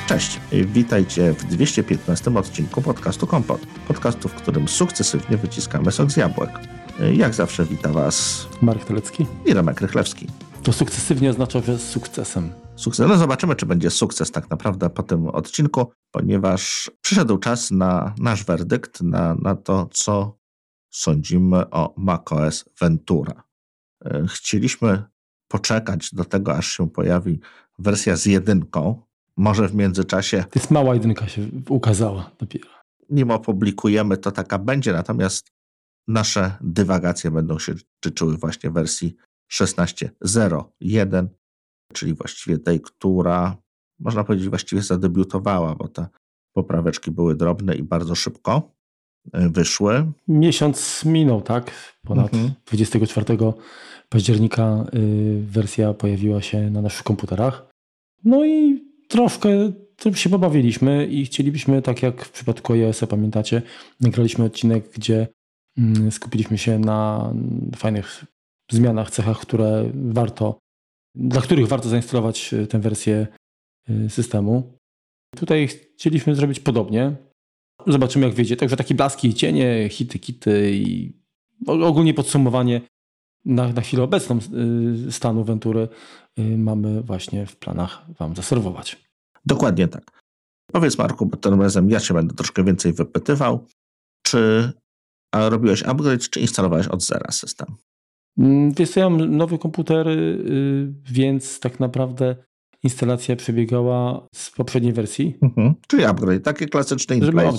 Cześć, witajcie w 215 odcinku podcastu Kompot. Podcastu, w którym sukcesywnie wyciskamy sok z jabłek. Jak zawsze wita Was Marek Telecki i Remek Rychlewski. To sukcesywnie oznacza, że z sukcesem. No zobaczymy, czy będzie sukces tak naprawdę po tym odcinku, ponieważ przyszedł czas na nasz werdykt, na to, co sądzimy o macOS Ventura. Chcieliśmy poczekać do tego, aż się pojawi wersja z 1. Może w międzyczasie... To jest mała 1 się ukazała dopiero. Nim opublikujemy, to taka będzie, natomiast nasze dywagacje będą się tyczyły właśnie wersji 16.01, czyli właściwie tej, która, można powiedzieć, właściwie zadebiutowała, bo te popraweczki były drobne i bardzo szybko wyszły. Miesiąc minął, tak? Ponad 24 października wersja pojawiła się na naszych komputerach. No i troszkę się pobawiliśmy i chcielibyśmy, tak jak w przypadku iOS-a, pamiętacie, nagraliśmy odcinek, gdzie skupiliśmy się na fajnych zmianach, cechach, dla których warto zainstalować tę wersję systemu. Tutaj chcieliśmy zrobić podobnie. Zobaczymy, jak wyjdzie. Także takie blaski i cienie, hity, kity i ogólnie podsumowanie na chwilę obecną stanu Ventury mamy właśnie w planach Wam zaserwować. Dokładnie tak. Powiedz, Marku, bo tym razem ja się będę troszkę więcej wypytywał, czy robiłeś upgrade, czy instalowałeś od zera system? Wiesz co, ja mam nowy komputer, więc tak naprawdę instalacja przebiegała z poprzedniej wersji. Czyli upgrade, taki klasyczny in place.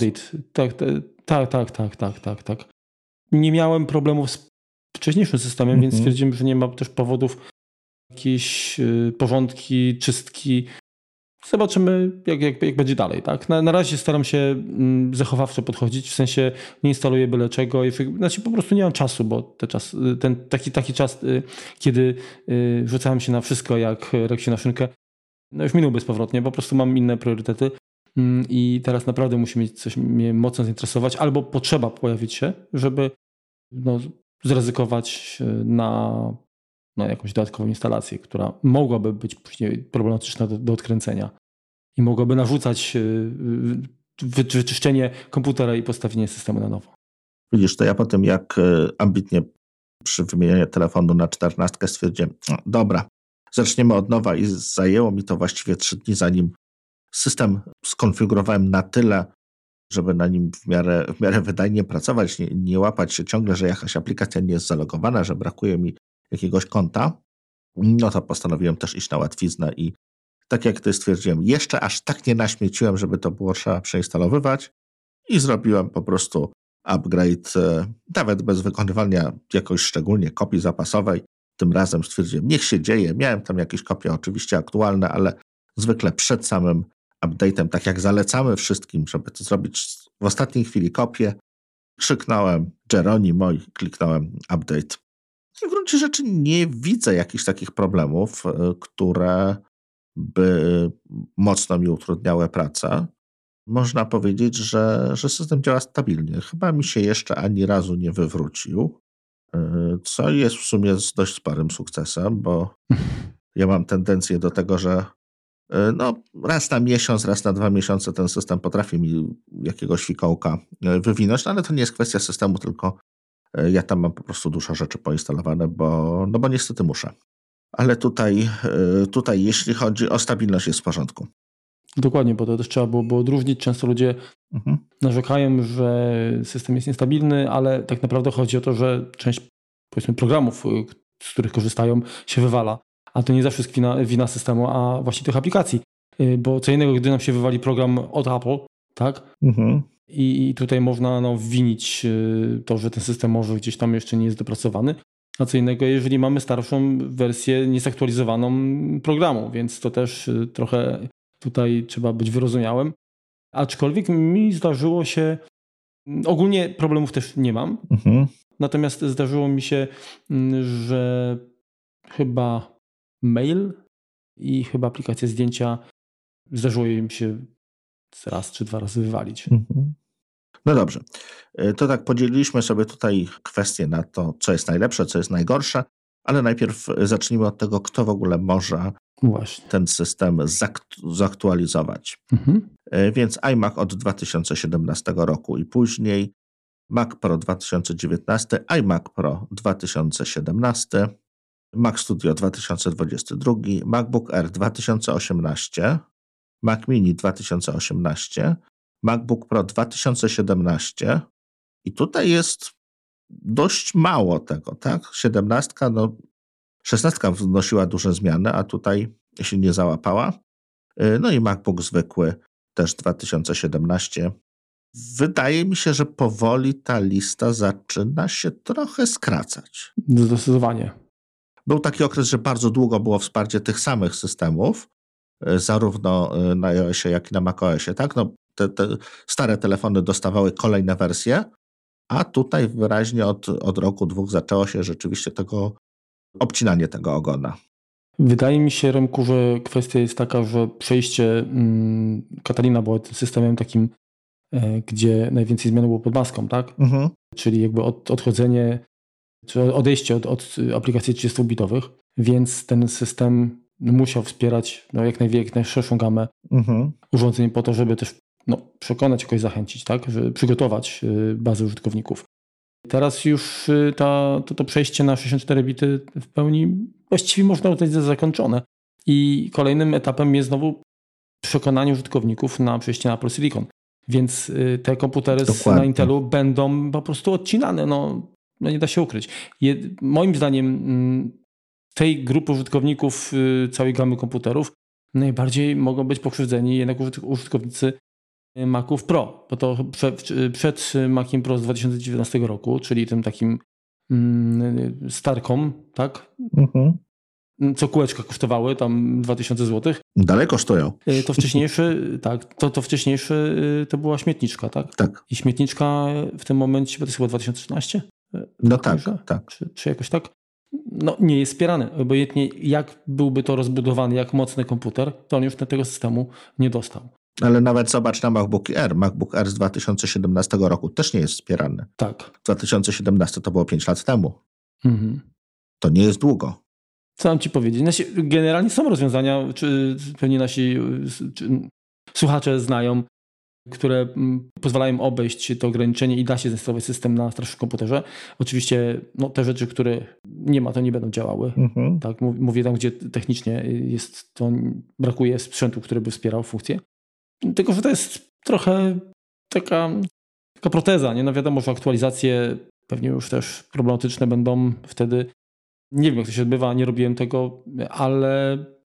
Update. Tak. Nie miałem problemów z wcześniejszym systemem, więc stwierdziłem, że nie ma też powodów jakieś porządki, czystki. Zobaczymy, jak będzie dalej. Tak? Na razie staram się zachowawczo podchodzić, w sensie nie instaluję byle czego. Znaczy po prostu nie mam czasu, bo taki czas, kiedy rzucałem się na wszystko jak rek się na szynkę, no już minął bezpowrotnie, po prostu mam inne priorytety i teraz naprawdę musi mieć coś mnie mocno zainteresować, albo potrzeba pojawić się, żeby zryzykować na jakąś dodatkową instalację, która mogłaby być później problematyczna do odkręcenia i mogłaby narzucać wyczyszczenie komputera i postawienie systemu na nowo. Widzisz, to ja po tym, jak ambitnie przy wymienianiu telefonu na 14 stwierdziłem, dobra, zaczniemy od nowa i zajęło mi to właściwie 3 dni, zanim system skonfigurowałem na tyle, żeby na nim w miarę wydajnie pracować, nie łapać się ciągle, że jakaś aplikacja nie jest zalogowana, że brakuje mi jakiegoś konta, no to postanowiłem też iść na łatwiznę i tak jak ty stwierdziłem, jeszcze aż tak nie naśmieciłem, żeby to było trzeba przeinstalowywać i zrobiłem po prostu upgrade, nawet bez wykonywania jakoś szczególnie kopii zapasowej. Tym razem stwierdziłem, niech się dzieje. Miałem tam jakieś kopie oczywiście aktualne, ale zwykle przed samym update'em, tak jak zalecamy wszystkim, żeby to zrobić w ostatniej chwili kopię, krzyknąłem Geronimo i kliknąłem update. I w gruncie rzeczy nie widzę jakichś takich problemów, które by mocno mi utrudniały pracę. Można powiedzieć, że system działa stabilnie. Chyba mi się jeszcze ani razu nie wywrócił, co jest w sumie z dość sporym sukcesem, bo ja mam tendencję do tego, że raz na miesiąc, raz na 2 miesiące ten system potrafi mi jakiegoś fikołka wywinąć, ale to nie jest kwestia systemu, tylko ja tam mam po prostu dużo rzeczy poinstalowane, bo niestety muszę. Ale tutaj jeśli chodzi o stabilność, jest w porządku. Dokładnie, bo to też trzeba było odróżnić. Często ludzie narzekają, że system jest niestabilny, ale tak naprawdę chodzi o to, że część, powiedzmy, programów, z których korzystają, się wywala. A to nie zawsze jest wina systemu, a właśnie tych aplikacji. Bo co innego, gdy nam się wywali program od Apple, tak? I tutaj można winić to, że ten system może gdzieś tam jeszcze nie jest dopracowany. A co innego, jeżeli mamy starszą wersję niezaktualizowaną programu, więc to też trochę tutaj trzeba być wyrozumiałym. Aczkolwiek mi zdarzyło się, ogólnie problemów też nie mam, natomiast zdarzyło mi się, że chyba mail i chyba aplikacja zdjęcia zdarzyło im się raz czy 2 razy wywalić. No dobrze, to tak podzieliliśmy sobie tutaj kwestie na to, co jest najlepsze, co jest najgorsze, ale najpierw zacznijmy od tego, kto w ogóle może Właśnie. ten system zaktualizować. Więc iMac od 2017 roku i później, Mac Pro 2019, iMac Pro 2017, Mac Studio 2022, MacBook Air 2018, Mac Mini 2018, MacBook Pro 2017 i tutaj jest dość mało tego, tak? 17, 16 wnosiła duże zmiany, a tutaj się nie załapała. No i MacBook zwykły też 2017. Wydaje mi się, że powoli ta lista zaczyna się trochę skracać. Zdecydowanie. Był taki okres, że bardzo długo było wsparcie tych samych systemów, zarówno na iOSie, jak i na macOSie, tak? No, te stare telefony dostawały kolejne wersje, a tutaj wyraźnie od roku, dwóch zaczęło się rzeczywiście obcinanie tego ogona. Wydaje mi się, Remku, że kwestia jest taka, że przejście Catalina było tym systemem takim, gdzie najwięcej zmian było pod maską, tak? Czyli jakby odchodzenie, czy odejście od aplikacji 30-bitowych, więc ten system musiał wspierać jak najszerszą gamę urządzeń po to, żeby też przekonać, jakoś zachęcić, tak? Żeby przygotować bazę użytkowników. Teraz już to przejście na 64 bity w pełni właściwie można uznać za zakończone. I kolejnym etapem jest znowu przekonanie użytkowników na przejście na Apple Silicon. Więc te komputery na Intelu będą po prostu odcinane. No nie da się ukryć. Moim zdaniem tej grupy użytkowników całej gamy komputerów najbardziej mogą być pokrzywdzeni jednak użytkownicy Maców Pro, bo to przed Maciem Pro z 2019 roku, czyli tym takim starkom, tak? Co kółeczka kosztowały tam 2000 zł. Dalej kosztują. To wcześniejszy, tak, to wcześniejszy to była śmietniczka, tak? Tak. I śmietniczka w tym momencie, bo to jest chyba 2013? No tak. Czy jakoś tak? No nie jest wspierany. Obojętnie jak byłby to rozbudowany, jak mocny komputer, to on już tego systemu nie dostał. Ale nawet zobacz na MacBook Air. MacBook Air z 2017 roku też nie jest wspierany. Tak. 2017 to było 5 lat temu. To nie jest długo. Co mam ci powiedzieć? Generalnie są rozwiązania, czy pewnie nasi słuchacze znają, które pozwalają obejść to ograniczenie i da się zainstalować system na starszym komputerze. Oczywiście te rzeczy, które nie ma, to nie będą działały. Tak? Mówię tam, gdzie technicznie brakuje sprzętu, który by wspierał funkcję. Tylko że to jest trochę taka proteza. Nie? No wiadomo, że aktualizacje pewnie już też problematyczne będą wtedy. Nie wiem, jak to się odbywa, nie robiłem tego, ale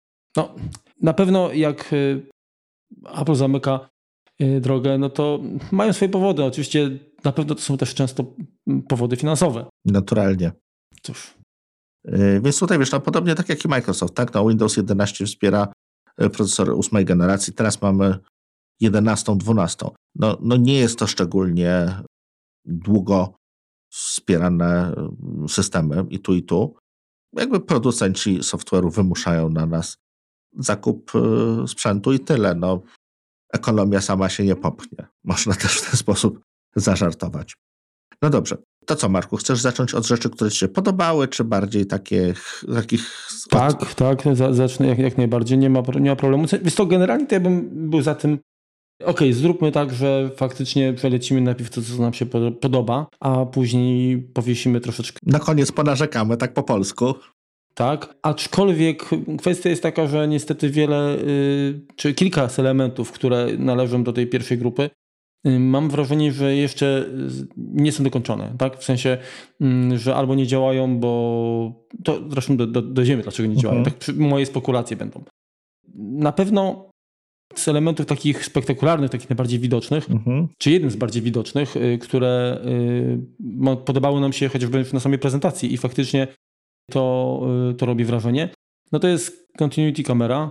na pewno jak Apple zamyka drogę, no to mają swoje powody. Oczywiście na pewno to są też często powody finansowe. Naturalnie. Cóż. Więc tutaj wiesz, podobnie tak jak i Microsoft, tak? Windows 11 wspiera procesory 8 generacji, teraz mamy 11, 12. No nie jest to szczególnie długo wspierane systemy i tu. Jakby producenci software'u wymuszają na nas zakup sprzętu i tyle. Ekonomia sama się nie popchnie. Można też w ten sposób zażartować. No dobrze. To co, Marku, chcesz zacząć od rzeczy, które ci się podobały, czy bardziej takich... Tak, zacznę jak najbardziej. Nie ma problemu. Więc to generalnie to ja bym był za tym, zróbmy tak, że faktycznie przelecimy najpierw to, co nam się podoba, a później powiesimy troszeczkę. Na koniec ponarzekamy, tak po polsku. Tak, aczkolwiek kwestia jest taka, że niestety czy kilka z elementów, które należą do tej pierwszej grupy, mam wrażenie, że jeszcze nie są dokończone. Tak? W sensie, że albo nie działają, bo to zresztą dojdziemy, dlaczego nie działają. Tak, moje spekulacje będą. Na pewno z elementów takich spektakularnych, takich najbardziej widocznych, czy jeden z bardziej widocznych, które podobały nam się chociażby na samej prezentacji i faktycznie to robi wrażenie, no to jest Continuity Camera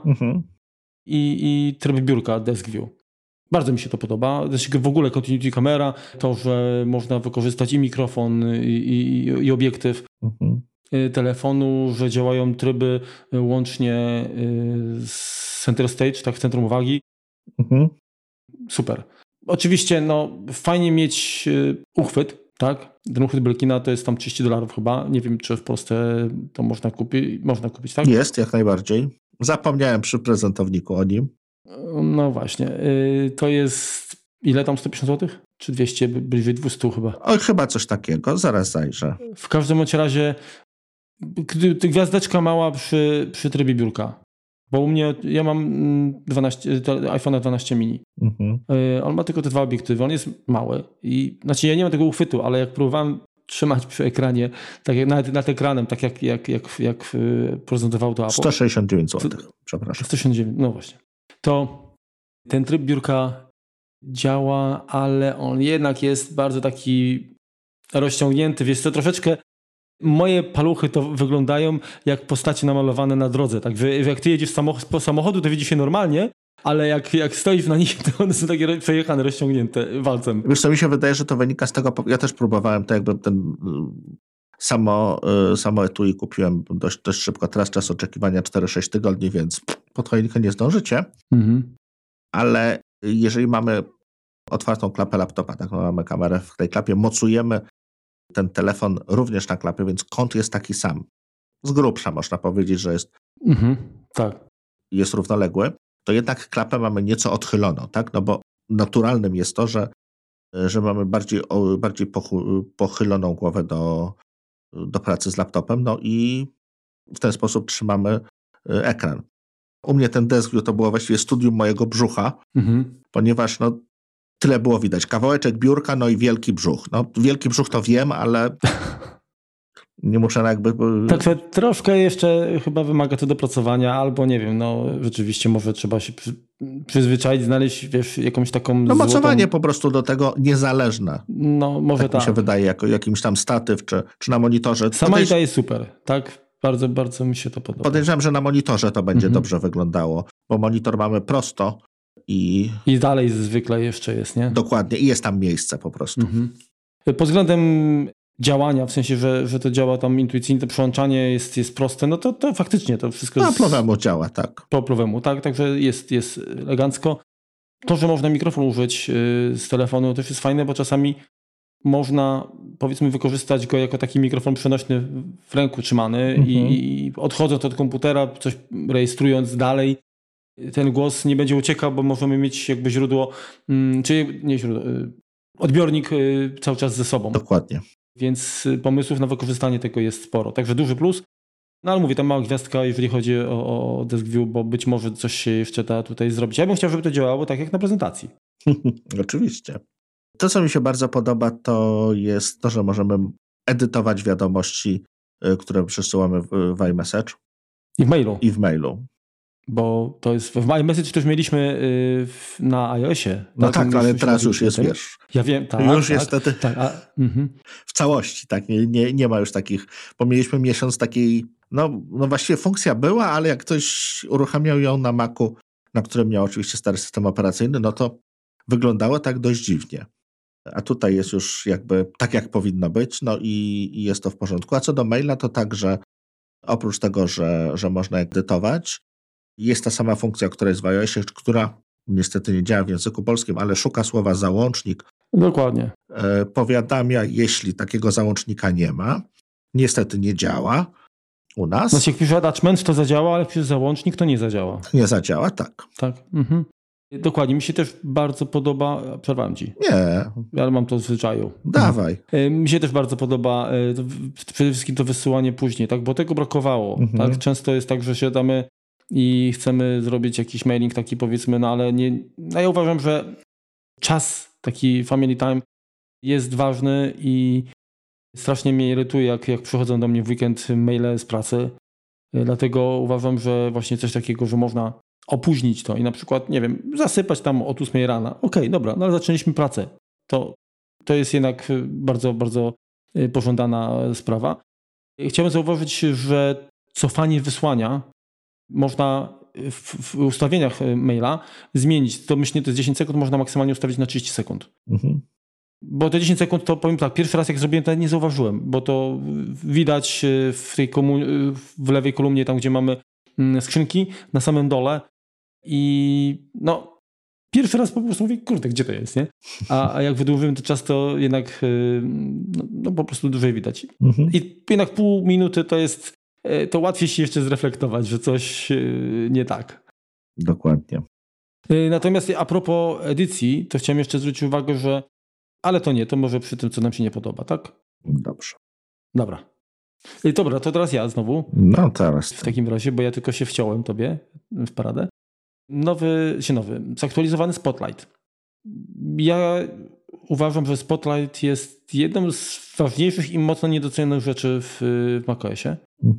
i tryb biurka Desk View. Bardzo mi się to podoba. Znaczy w ogóle Continuity Camera, to, że można wykorzystać i mikrofon, i obiektyw telefonu, że działają tryby łącznie z Center Stage, tak, centrum uwagi. Super. Oczywiście, fajnie mieć uchwyt, tak? Ten uchwyt Belkina to jest tam $30 chyba. Nie wiem, czy w Polsce to można kupić, tak? Jest, jak najbardziej. Zapomniałem przy prezentowniku o nim. No właśnie. To jest ile tam, 150 zł? Czy 200? Bliżej 200 chyba. Oj, chyba coś takiego. Zaraz zajrzę. W każdym razie gwiazdeczka mała przy trybie biurka. Bo u mnie, ja mam iPhone 12 mini. On ma tylko te 2 obiektywy, on jest mały. Znaczy ja nie mam tego uchwytu, ale jak próbowałem trzymać przy ekranie, tak jak nawet nad ekranem, tak jak prezentował to Apple. 169 zł, przepraszam. 169, no właśnie. To ten tryb biurka działa, ale on jednak jest bardzo taki rozciągnięty. Wiesz co, troszeczkę moje paluchy to wyglądają jak postacie namalowane na drodze. Także jak ty jedziesz po samochodu, to widzisz się normalnie, ale jak stoisz na nich, to one są takie przejechane, rozciągnięte walcem. Wiesz co, mi się wydaje, że to wynika z tego, ja też próbowałem to jakby samo etui kupiłem dość szybko. Teraz czas oczekiwania 4-6 tygodni, więc pod choinkę nie zdążycie. Ale jeżeli mamy otwartą klapę laptopa, tak, mamy kamerę w tej klapie, mocujemy ten telefon również na klapie, więc kąt jest taki sam. Z grubsza można powiedzieć, że tak. Jest równoległy, to jednak klapę mamy nieco odchyloną, tak? No bo naturalnym jest to, że mamy bardziej pochyloną głowę do pracy z laptopem, no i w ten sposób trzymamy ekran. U mnie ten desk view to było właściwie studium mojego brzucha, ponieważ tyle było widać. Kawałeczek biurka, no i wielki brzuch. No, wielki brzuch to wiem, ale nie muszę jakby... Także troszkę jeszcze chyba wymaga to dopracowania, albo nie wiem, rzeczywiście może trzeba się przyzwyczaić, znaleźć, wiesz, jakąś taką mocowanie po prostu do tego niezależne. No może tak. Mi się wydaje, jako jakimś tam statyw, czy na monitorze. Sama idea jest super, tak? Bardzo, bardzo mi się to podoba. Podejrzewam, że na monitorze to będzie dobrze wyglądało, bo monitor mamy prosto i dalej zwykle jeszcze jest, nie? Dokładnie. I jest tam miejsce po prostu. Pod względem działania, w sensie, że to działa tam intuicyjnie, to przełączanie jest proste, no to faktycznie to wszystko... No, Plowemu działa, tak. Po Plowemu, tak, także jest elegancko. To, że można mikrofon użyć z telefonu, też jest fajne, bo czasami można, powiedzmy, wykorzystać go jako taki mikrofon przenośny w ręku trzymany i odchodząc od komputera, coś rejestrując dalej, ten głos nie będzie uciekał, bo możemy mieć jakby źródło, czyli nie źródło, odbiornik cały czas ze sobą. Dokładnie. Więc pomysłów na wykorzystanie tego jest sporo. Także duży plus. No ale mówię, tam mała gwiazdka, jeżeli chodzi o Desk View, bo być może coś się jeszcze da tutaj zrobić. Ja bym chciał, żeby to działało tak jak na prezentacji. Oczywiście. To, co mi się bardzo podoba, to jest to, że możemy edytować wiadomości, które przesyłamy w iMessage. I w mailu. Bo to jest w iMessage też mieliśmy na iOSie. No tak, ale teraz już jest, wiesz. Ja wiem, tak. Już niestety w całości, tak, nie ma już takich, bo mieliśmy miesiąc takiej, no właściwie funkcja była, ale jak ktoś uruchamiał ją na Macu, na którym miał oczywiście stary system operacyjny, no to wyglądało tak dość dziwnie. A tutaj jest już jakby tak, jak powinno być, no i jest to w porządku. A co do maila, to także oprócz tego, że można edytować, jest ta sama funkcja, która jest w iOSie, która niestety nie działa w języku polskim, ale szuka słowa załącznik. Dokładnie. Powiadamia, jeśli takiego załącznika nie ma. Niestety nie działa u nas. Znaczy, jak pisze attachment, to zadziała, ale jak pisze załącznik, to nie zadziała. Nie zadziała, tak. Tak. Dokładnie. Mi się też bardzo podoba... Przerwałem ci. Nie. Ale mam to w zwyczaju. Dawaj. Mi się też bardzo podoba przede wszystkim to wysyłanie później, tak? Bo tego brakowało. Tak? Często jest tak, że siadamy i chcemy zrobić jakiś mailing taki, powiedzmy, no ale nie... No ja uważam, że czas, taki family time jest ważny i strasznie mnie irytuje, jak przychodzą do mnie w weekend maile z pracy. Dlatego uważam, że właśnie coś takiego, że można opóźnić to i na przykład, nie wiem, zasypać tam od 8 rana. Okej, dobra, no ale zaczęliśmy pracę. To jest jednak bardzo, bardzo pożądana sprawa. Chciałbym zauważyć, że cofanie wysłania można w ustawieniach maila zmienić. To myślę, to jest 10 sekund, można maksymalnie ustawić na 30 sekund. Bo te 10 sekund to powiem tak, pierwszy raz jak zrobiłem to nie zauważyłem, bo to widać w lewej kolumnie, tam gdzie mamy skrzynki, na samym dole i no pierwszy raz po prostu mówię, kurde, gdzie to jest, nie? A jak wydłużymy ten czas, to jednak no po prostu dłużej widać. I jednak pół minuty to jest to łatwiej się jeszcze zreflektować, że coś nie tak. Dokładnie. Natomiast a propos edycji, to chciałem jeszcze zwrócić uwagę, że ale to nie, to może przy tym, co nam się nie podoba, tak? Dobrze. Dobra. Dobra, to teraz ja znowu. No teraz. W takim razie, bo ja tylko się wciąłem tobie w paradę. Nowy, zaktualizowany Spotlight. Ja uważam, że Spotlight jest jedną z ważniejszych i mocno niedocenionych rzeczy w macOSie.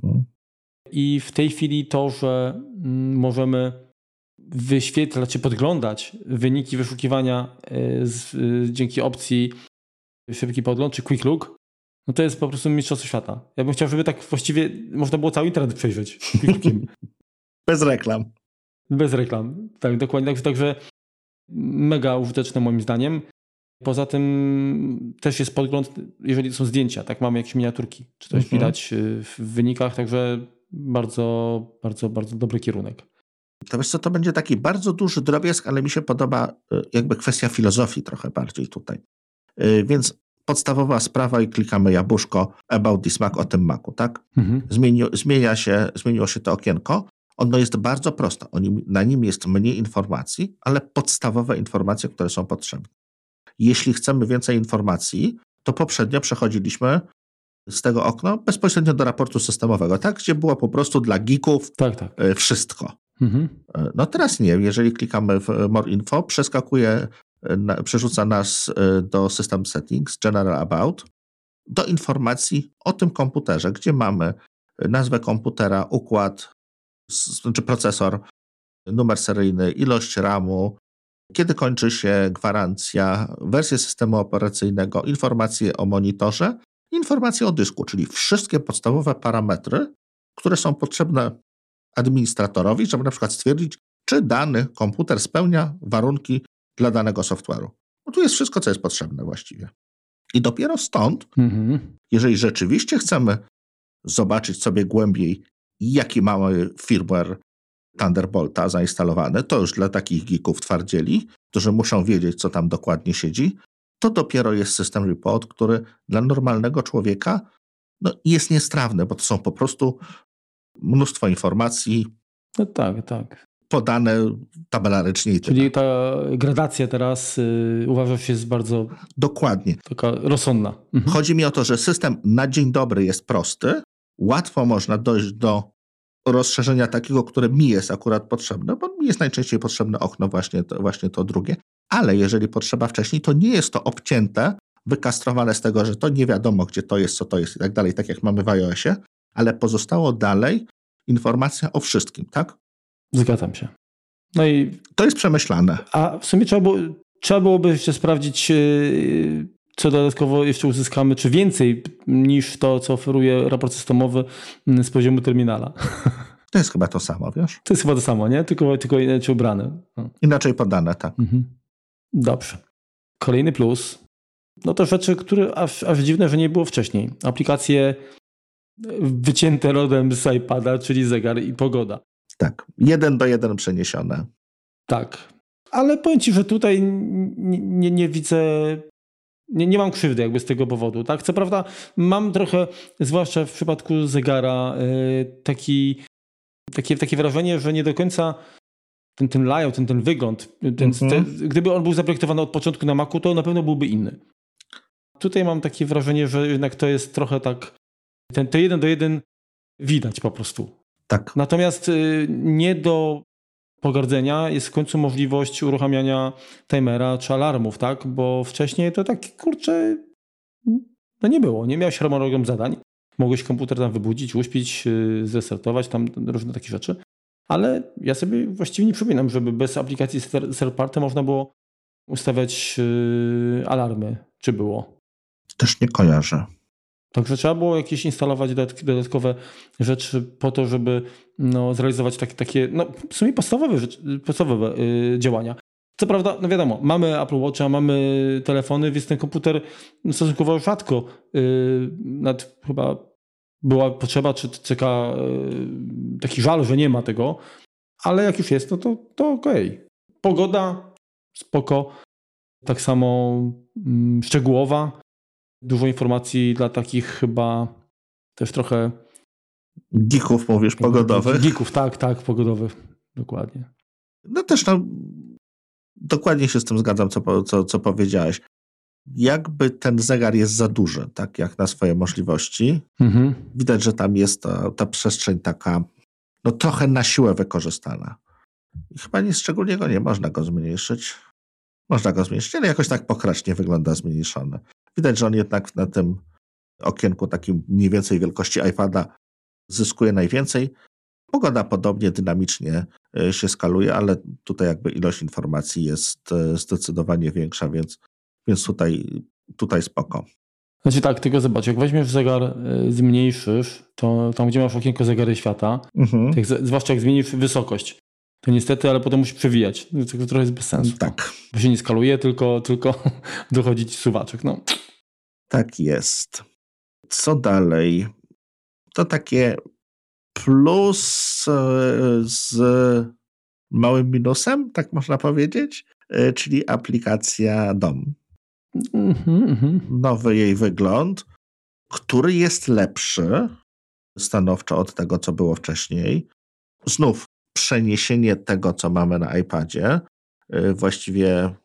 I w tej chwili to, że możemy wyświetlać czy podglądać wyniki wyszukiwania dzięki opcji szybki podgląd czy quick look, no to jest po prostu mistrzostwo świata. Ja bym chciał, żeby tak właściwie można było cały internet przejrzeć quick lookiem. Bez reklam. Bez reklam. Tak, dokładnie. Także mega użyteczne moim zdaniem. Poza tym też jest podgląd, jeżeli to są zdjęcia, tak, mamy jakieś miniaturki, czy coś widać w wynikach, także bardzo, bardzo, bardzo dobry kierunek. To wiesz co, to będzie taki bardzo duży drobiazg, ale mi się podoba jakby kwestia filozofii trochę bardziej tutaj. Więc podstawowa sprawa i klikamy jabłuszko About this Mac, o tym Macu, tak? Zmieniło się to okienko. Ono jest bardzo proste. Na nim jest mniej informacji, ale podstawowe informacje, które są potrzebne. Jeśli chcemy więcej informacji, to poprzednio przechodziliśmy z tego okna bezpośrednio do raportu systemowego, tak? Gdzie było po prostu dla geeków wszystko. No teraz nie. Jeżeli klikamy w More Info, przerzuca nas do System Settings, General About, do informacji o tym komputerze, gdzie mamy nazwę komputera, układ, znaczy procesor, numer seryjny, ilość RAM-u, kiedy kończy się gwarancja, wersję systemu operacyjnego, informacje o monitorze, informacje o dysku, czyli wszystkie podstawowe parametry, które są potrzebne administratorowi, żeby na przykład stwierdzić, czy dany komputer spełnia warunki dla danego software'u. No tu jest wszystko, co jest potrzebne właściwie. I dopiero stąd, jeżeli rzeczywiście chcemy zobaczyć sobie głębiej, jaki mamy firmware Thunderbolta zainstalowany, to już dla takich geeków twardzieli, którzy muszą wiedzieć, co tam dokładnie siedzi, to dopiero jest System Report, który dla normalnego człowieka jest niestrawny, bo to są po prostu mnóstwo informacji podane tabelarycznie. Czyli ta gradacja teraz uważam się jest bardzo dokładnie taka rozsądna. Chodzi mi o to, że system na dzień dobry jest prosty, łatwo można dojść do rozszerzenia takiego, które mi jest akurat potrzebne, bo mi jest najczęściej potrzebne okno, właśnie to drugie, ale jeżeli potrzeba wcześniej, to nie jest to obcięte, wykastrowane z tego, że to nie wiadomo, gdzie to jest, co to jest i tak dalej, tak jak mamy w iOSie, ale pozostało dalej informacja o wszystkim, tak? Zgadzam się. No i to jest przemyślane. A w sumie trzeba byłoby jeszcze sprawdzić, co dodatkowo jeszcze uzyskamy, czy więcej niż to, co oferuje raport systemowy z poziomu terminala. To jest chyba to samo, wiesz? To jest chyba to samo, nie? Tylko inaczej ubrane. Inaczej podane, tak. Dobrze. Kolejny plus. No to rzeczy, które aż dziwne, że nie było wcześniej. Aplikacje wycięte rodem z iPada, czyli zegar i pogoda. Tak. 1:1 przeniesione. Tak. Ale powiem ci, że tutaj nie widzę... Nie mam krzywdy jakby z tego powodu. Tak? Co prawda mam trochę, zwłaszcza w przypadku zegara, takie wrażenie, że nie do końca ten layout, ten wygląd, gdyby on był zaprojektowany od początku na Macu, to na pewno byłby inny. Tutaj mam takie wrażenie, że jednak to jest trochę tak, to 1:1 widać po prostu. Tak. Natomiast nie do pogardzenia jest w końcu możliwość uruchamiania timera czy alarmów, tak? Bo wcześniej to tak, kurczę, no nie było. Nie miałeś harmonogram zadań. Mogłeś komputer tam wybudzić, uśpić, zrestartować, tam różne takie rzeczy. Ale ja sobie właściwie nie przypominam, żeby bez aplikacji third party można było ustawiać alarmy. Czy było? Też nie kojarzę. Także trzeba było jakieś instalować dodatkowe rzeczy po to, żeby zrealizować takie w sumie podstawowe działania. Co prawda, no wiadomo, mamy Apple Watcha, mamy telefony, więc ten komputer stosunkowo rzadko, nawet chyba była potrzeba, czy taki żal, że nie ma tego, ale jak już jest, to okej. Pogoda, spoko, tak samo szczegółowa. Dużo informacji dla takich chyba też trochę Geeków mówisz, pogodowych? Geeków, tak, pogodowych, dokładnie. No też dokładnie się z tym zgadzam, co powiedziałeś. Jakby ten zegar jest za duży, tak jak na swoje możliwości. Widać, że tam jest ta przestrzeń taka trochę na siłę wykorzystana. I chyba nic szczególnego nie można go zmniejszyć. Można go zmniejszyć, ale jakoś tak pokracznie wygląda zmniejszony. Widać, że on jednak na tym okienku takim mniej więcej wielkości iPada zyskuje najwięcej. Pogoda podobnie dynamicznie się skaluje, ale tutaj jakby ilość informacji jest zdecydowanie większa, więc tutaj spoko. Znaczy tak, tylko zobacz, jak weźmiesz zegar, zmniejszysz, to tam, gdzie masz okienko zegary świata, tak, zwłaszcza jak zmienisz wysokość, to niestety, ale potem musisz przewijać. To trochę jest bez sensu. Tak. Bo się nie skaluje, tylko dochodzi ci suwaczek. No. Tak jest. Co dalej? To takie plus z małym minusem, tak można powiedzieć, czyli aplikacja DOM. Nowy jej wygląd, który jest lepszy stanowczo od tego, co było wcześniej. Znów przeniesienie tego, co mamy na iPadzie, właściwie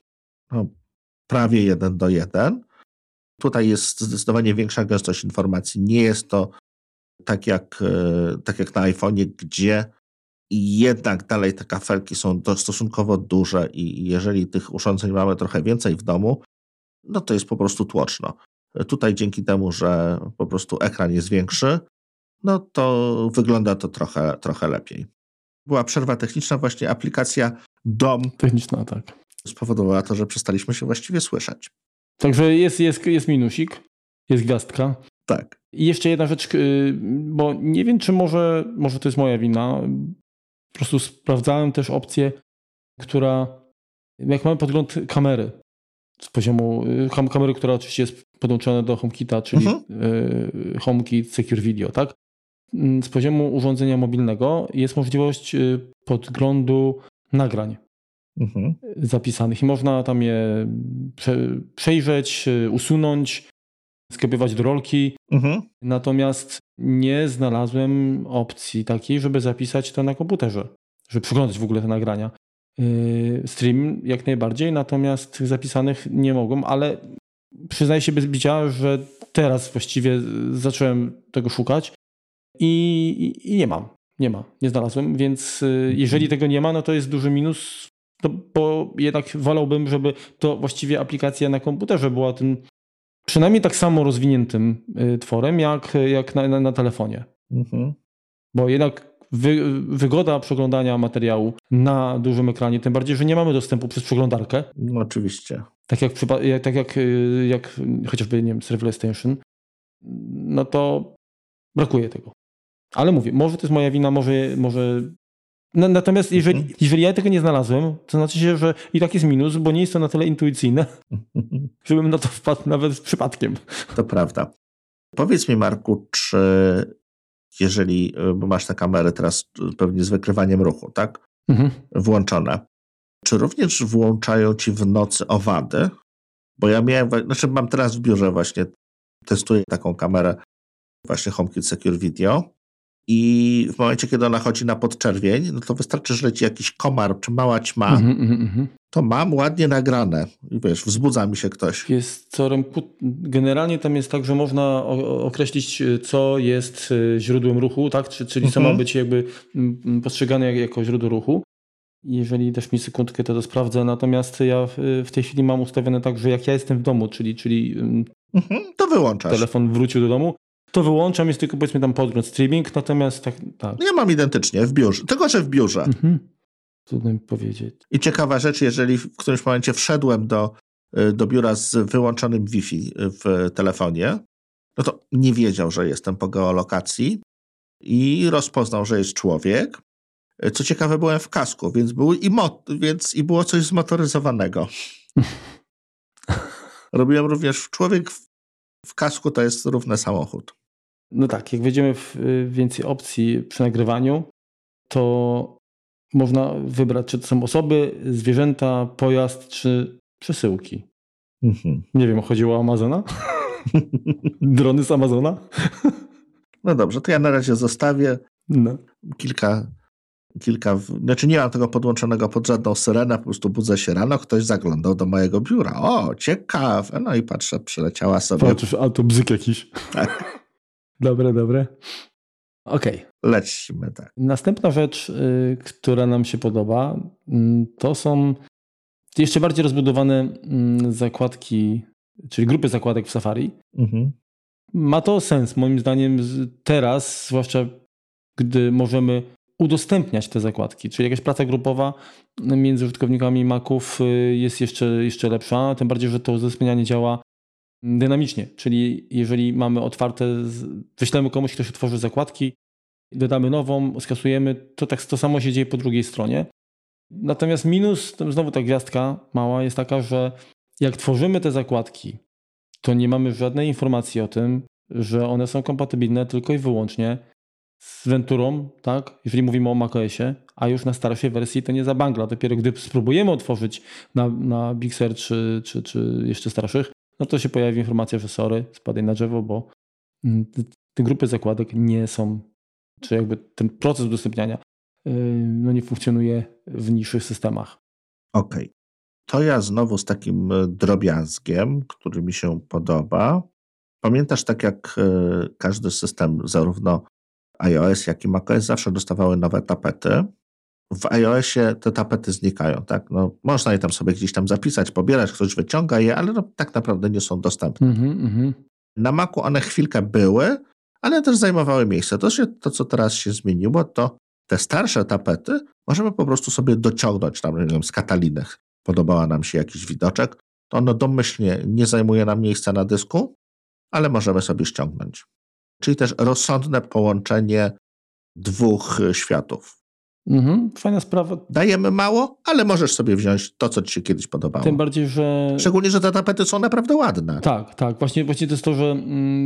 prawie 1:1. Tutaj jest zdecydowanie większa gęstość informacji. Nie jest to tak jak na iPhone'ie, gdzie jednak dalej te kafelki są stosunkowo duże i jeżeli tych urządzeń mamy trochę więcej w domu, no to jest po prostu tłoczno. Tutaj dzięki temu, że po prostu ekran jest większy, no to wygląda to trochę lepiej. Była przerwa techniczna, właśnie aplikacja DOM techniczna, tak, spowodowała to, że przestaliśmy się właściwie słyszeć. Także jest minusik, jest gwiazdka. Tak. I jeszcze jedna rzecz, bo nie wiem, czy może to jest moja wina. Po prostu sprawdzałem też opcję, która, jak mamy podgląd kamery, z poziomu kamery, która oczywiście jest podłączona do HomeKita, czyli HomeKit Secure Video, tak? Z poziomu urządzenia mobilnego jest możliwość podglądu nagrań zapisanych i można tam je przejrzeć, usunąć, skopiować do rolki. Natomiast nie znalazłem opcji takiej, żeby zapisać to na komputerze, żeby przeglądać w ogóle te nagrania. Stream jak najbardziej, natomiast zapisanych nie mogłem, ale przyznaję się bez bicia, że teraz właściwie zacząłem tego szukać i nie znalazłem, więc jeżeli tego nie ma, no to jest duży minus, bo jednak wolałbym, żeby to właściwie aplikacja na komputerze była tym przynajmniej tak samo rozwiniętym tworem, jak na telefonie. Bo jednak wygoda przeglądania materiału na dużym ekranie, tym bardziej, że nie mamy dostępu przez przeglądarkę. No oczywiście. Tak jak chociażby, nie wiem, Surface Station, no to brakuje tego. Ale mówię, może to jest moja wina, może... Natomiast jeżeli ja tego nie znalazłem, to znaczy się, że i tak jest minus, bo nie jest to na tyle intuicyjne, żebym na to wpadł nawet przypadkiem. To prawda. Powiedz mi, Marku, czy jeżeli, bo masz te kamery teraz pewnie z wykrywaniem ruchu, tak? Włączone. Czy również włączają ci w nocy owady? Bo ja mam teraz w biurze właśnie, testuję taką kamerę, właśnie HomeKit Secure Video i w momencie, kiedy ona chodzi na podczerwień, no to wystarczy, że leci jakiś komar czy mała ćma, to mam ładnie nagrane i wiesz, wzbudza mi się ktoś. Jest co Remku, generalnie tam jest tak, że można określić, co jest źródłem ruchu, tak? Czyli co ma być jakby postrzegane jako źródło ruchu. Jeżeli dasz mi sekundkę, to sprawdzę. Natomiast ja w tej chwili mam ustawione tak, że jak ja jestem w domu, czyli to wyłączasz. Telefon wrócił do domu, to wyłączam, jest tylko powiedzmy tam podgląd streaming, natomiast tak. Ja mam identycznie w biurze, tylko że w biurze. Trudno mi powiedzieć. I ciekawa rzecz, jeżeli w którymś momencie wszedłem do biura z wyłączonym Wi-Fi w telefonie, no to nie wiedział, że jestem po geolokacji i rozpoznał, że jest człowiek. Co ciekawe, byłem w kasku, więc było coś zmotoryzowanego. Robiłem również człowiek w kasku, to jest równy samochód. No tak, jak wejdziemy w więcej opcji przy nagrywaniu, to można wybrać, czy to są osoby, zwierzęta, pojazd, czy przesyłki. Nie wiem, chodziło o Amazona? Drony z Amazona? No dobrze, to ja na razie zostawię znaczy nie mam tego podłączonego pod żadną syrenę, po prostu budzę się rano, ktoś zaglądał do mojego biura. O, ciekawe. No i patrzę, przyleciała sobie. Patrzysz, a to bzyk jakiś. Tak. Dobre. Okej. Lecimy, tak. Następna rzecz, która nam się podoba, to są jeszcze bardziej rozbudowane zakładki, czyli grupy zakładek w Safari. Mhm. Ma to sens moim zdaniem teraz, zwłaszcza gdy możemy udostępniać te zakładki, czyli jakaś praca grupowa między użytkownikami Maców jest jeszcze lepsza, tym bardziej, że to udostępnianie działa dynamicznie, czyli jeżeli mamy otwarte, wyślemy komuś, ktoś otworzy zakładki, dodamy nową, skasujemy, to samo się dzieje po drugiej stronie. Natomiast minus, znowu ta gwiazdka mała jest taka, że jak tworzymy te zakładki, to nie mamy żadnej informacji o tym, że one są kompatybilne tylko i wyłącznie z Venturą, tak? Jeżeli mówimy o macOSie, a już na starszej wersji to nie zabangla. Dopiero gdy spróbujemy otworzyć na Big Sur czy jeszcze starszych, no to się pojawi informacja, że sorry, spadaj na drzewo, bo te grupy zakładek nie są, czy jakby ten proces udostępniania no nie funkcjonuje w niższych systemach. Okej. To ja znowu z takim drobiazgiem, który mi się podoba. Pamiętasz, tak jak każdy system, zarówno iOS, jak i macOS zawsze dostawały nowe tapety. W iOSie te tapety znikają, tak? No, można je tam sobie gdzieś tam zapisać, pobierać, ktoś wyciąga je, ale no, tak naprawdę nie są dostępne. Na Macu one chwilkę były, ale też zajmowały miejsce. To, co teraz się zmieniło, to te starsze tapety możemy po prostu sobie dociągnąć tam, nie wiem, z Cataliny. Podobała nam się jakiś widoczek, to ono domyślnie nie zajmuje nam miejsca na dysku, ale możemy sobie ściągnąć. Czyli też rozsądne połączenie dwóch światów. Fajna sprawa. Dajemy mało, ale możesz sobie wziąć to, co ci się kiedyś podobało. Tym bardziej, że... Szczególnie, że te tapety są naprawdę ładne. Tak. Właśnie to jest to, że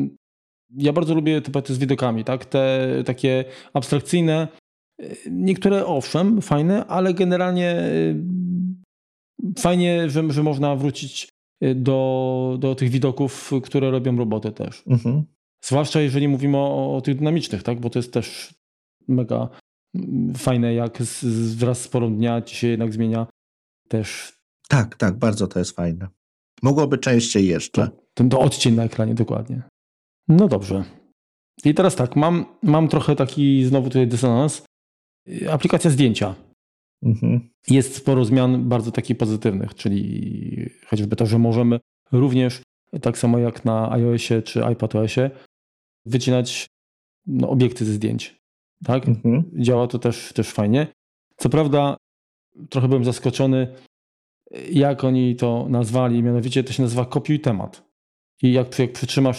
ja bardzo lubię tapety z widokami, tak? Te takie abstrakcyjne. Niektóre owszem, fajne, ale generalnie fajnie, że można wrócić do tych widoków, które robią robotę też. Zwłaszcza jeżeli mówimy o tych dynamicznych, tak? Bo to jest też mega fajne, jak wraz z porą dnia ci się jednak zmienia też. Tak, bardzo to jest fajne. Mogłoby częściej jeszcze. Ten odcień na ekranie, dokładnie. No dobrze. I teraz tak, mam trochę taki znowu tutaj dysonans. Aplikacja zdjęcia. Jest sporo zmian bardzo takich pozytywnych, czyli choćby to, że możemy również, tak samo jak na iOSie czy iPadOSie, wycinać obiekty ze zdjęć. Tak? Działa to też fajnie. Co prawda trochę byłem zaskoczony, jak oni to nazwali, mianowicie to się nazywa kopiuj temat. I jak przytrzymasz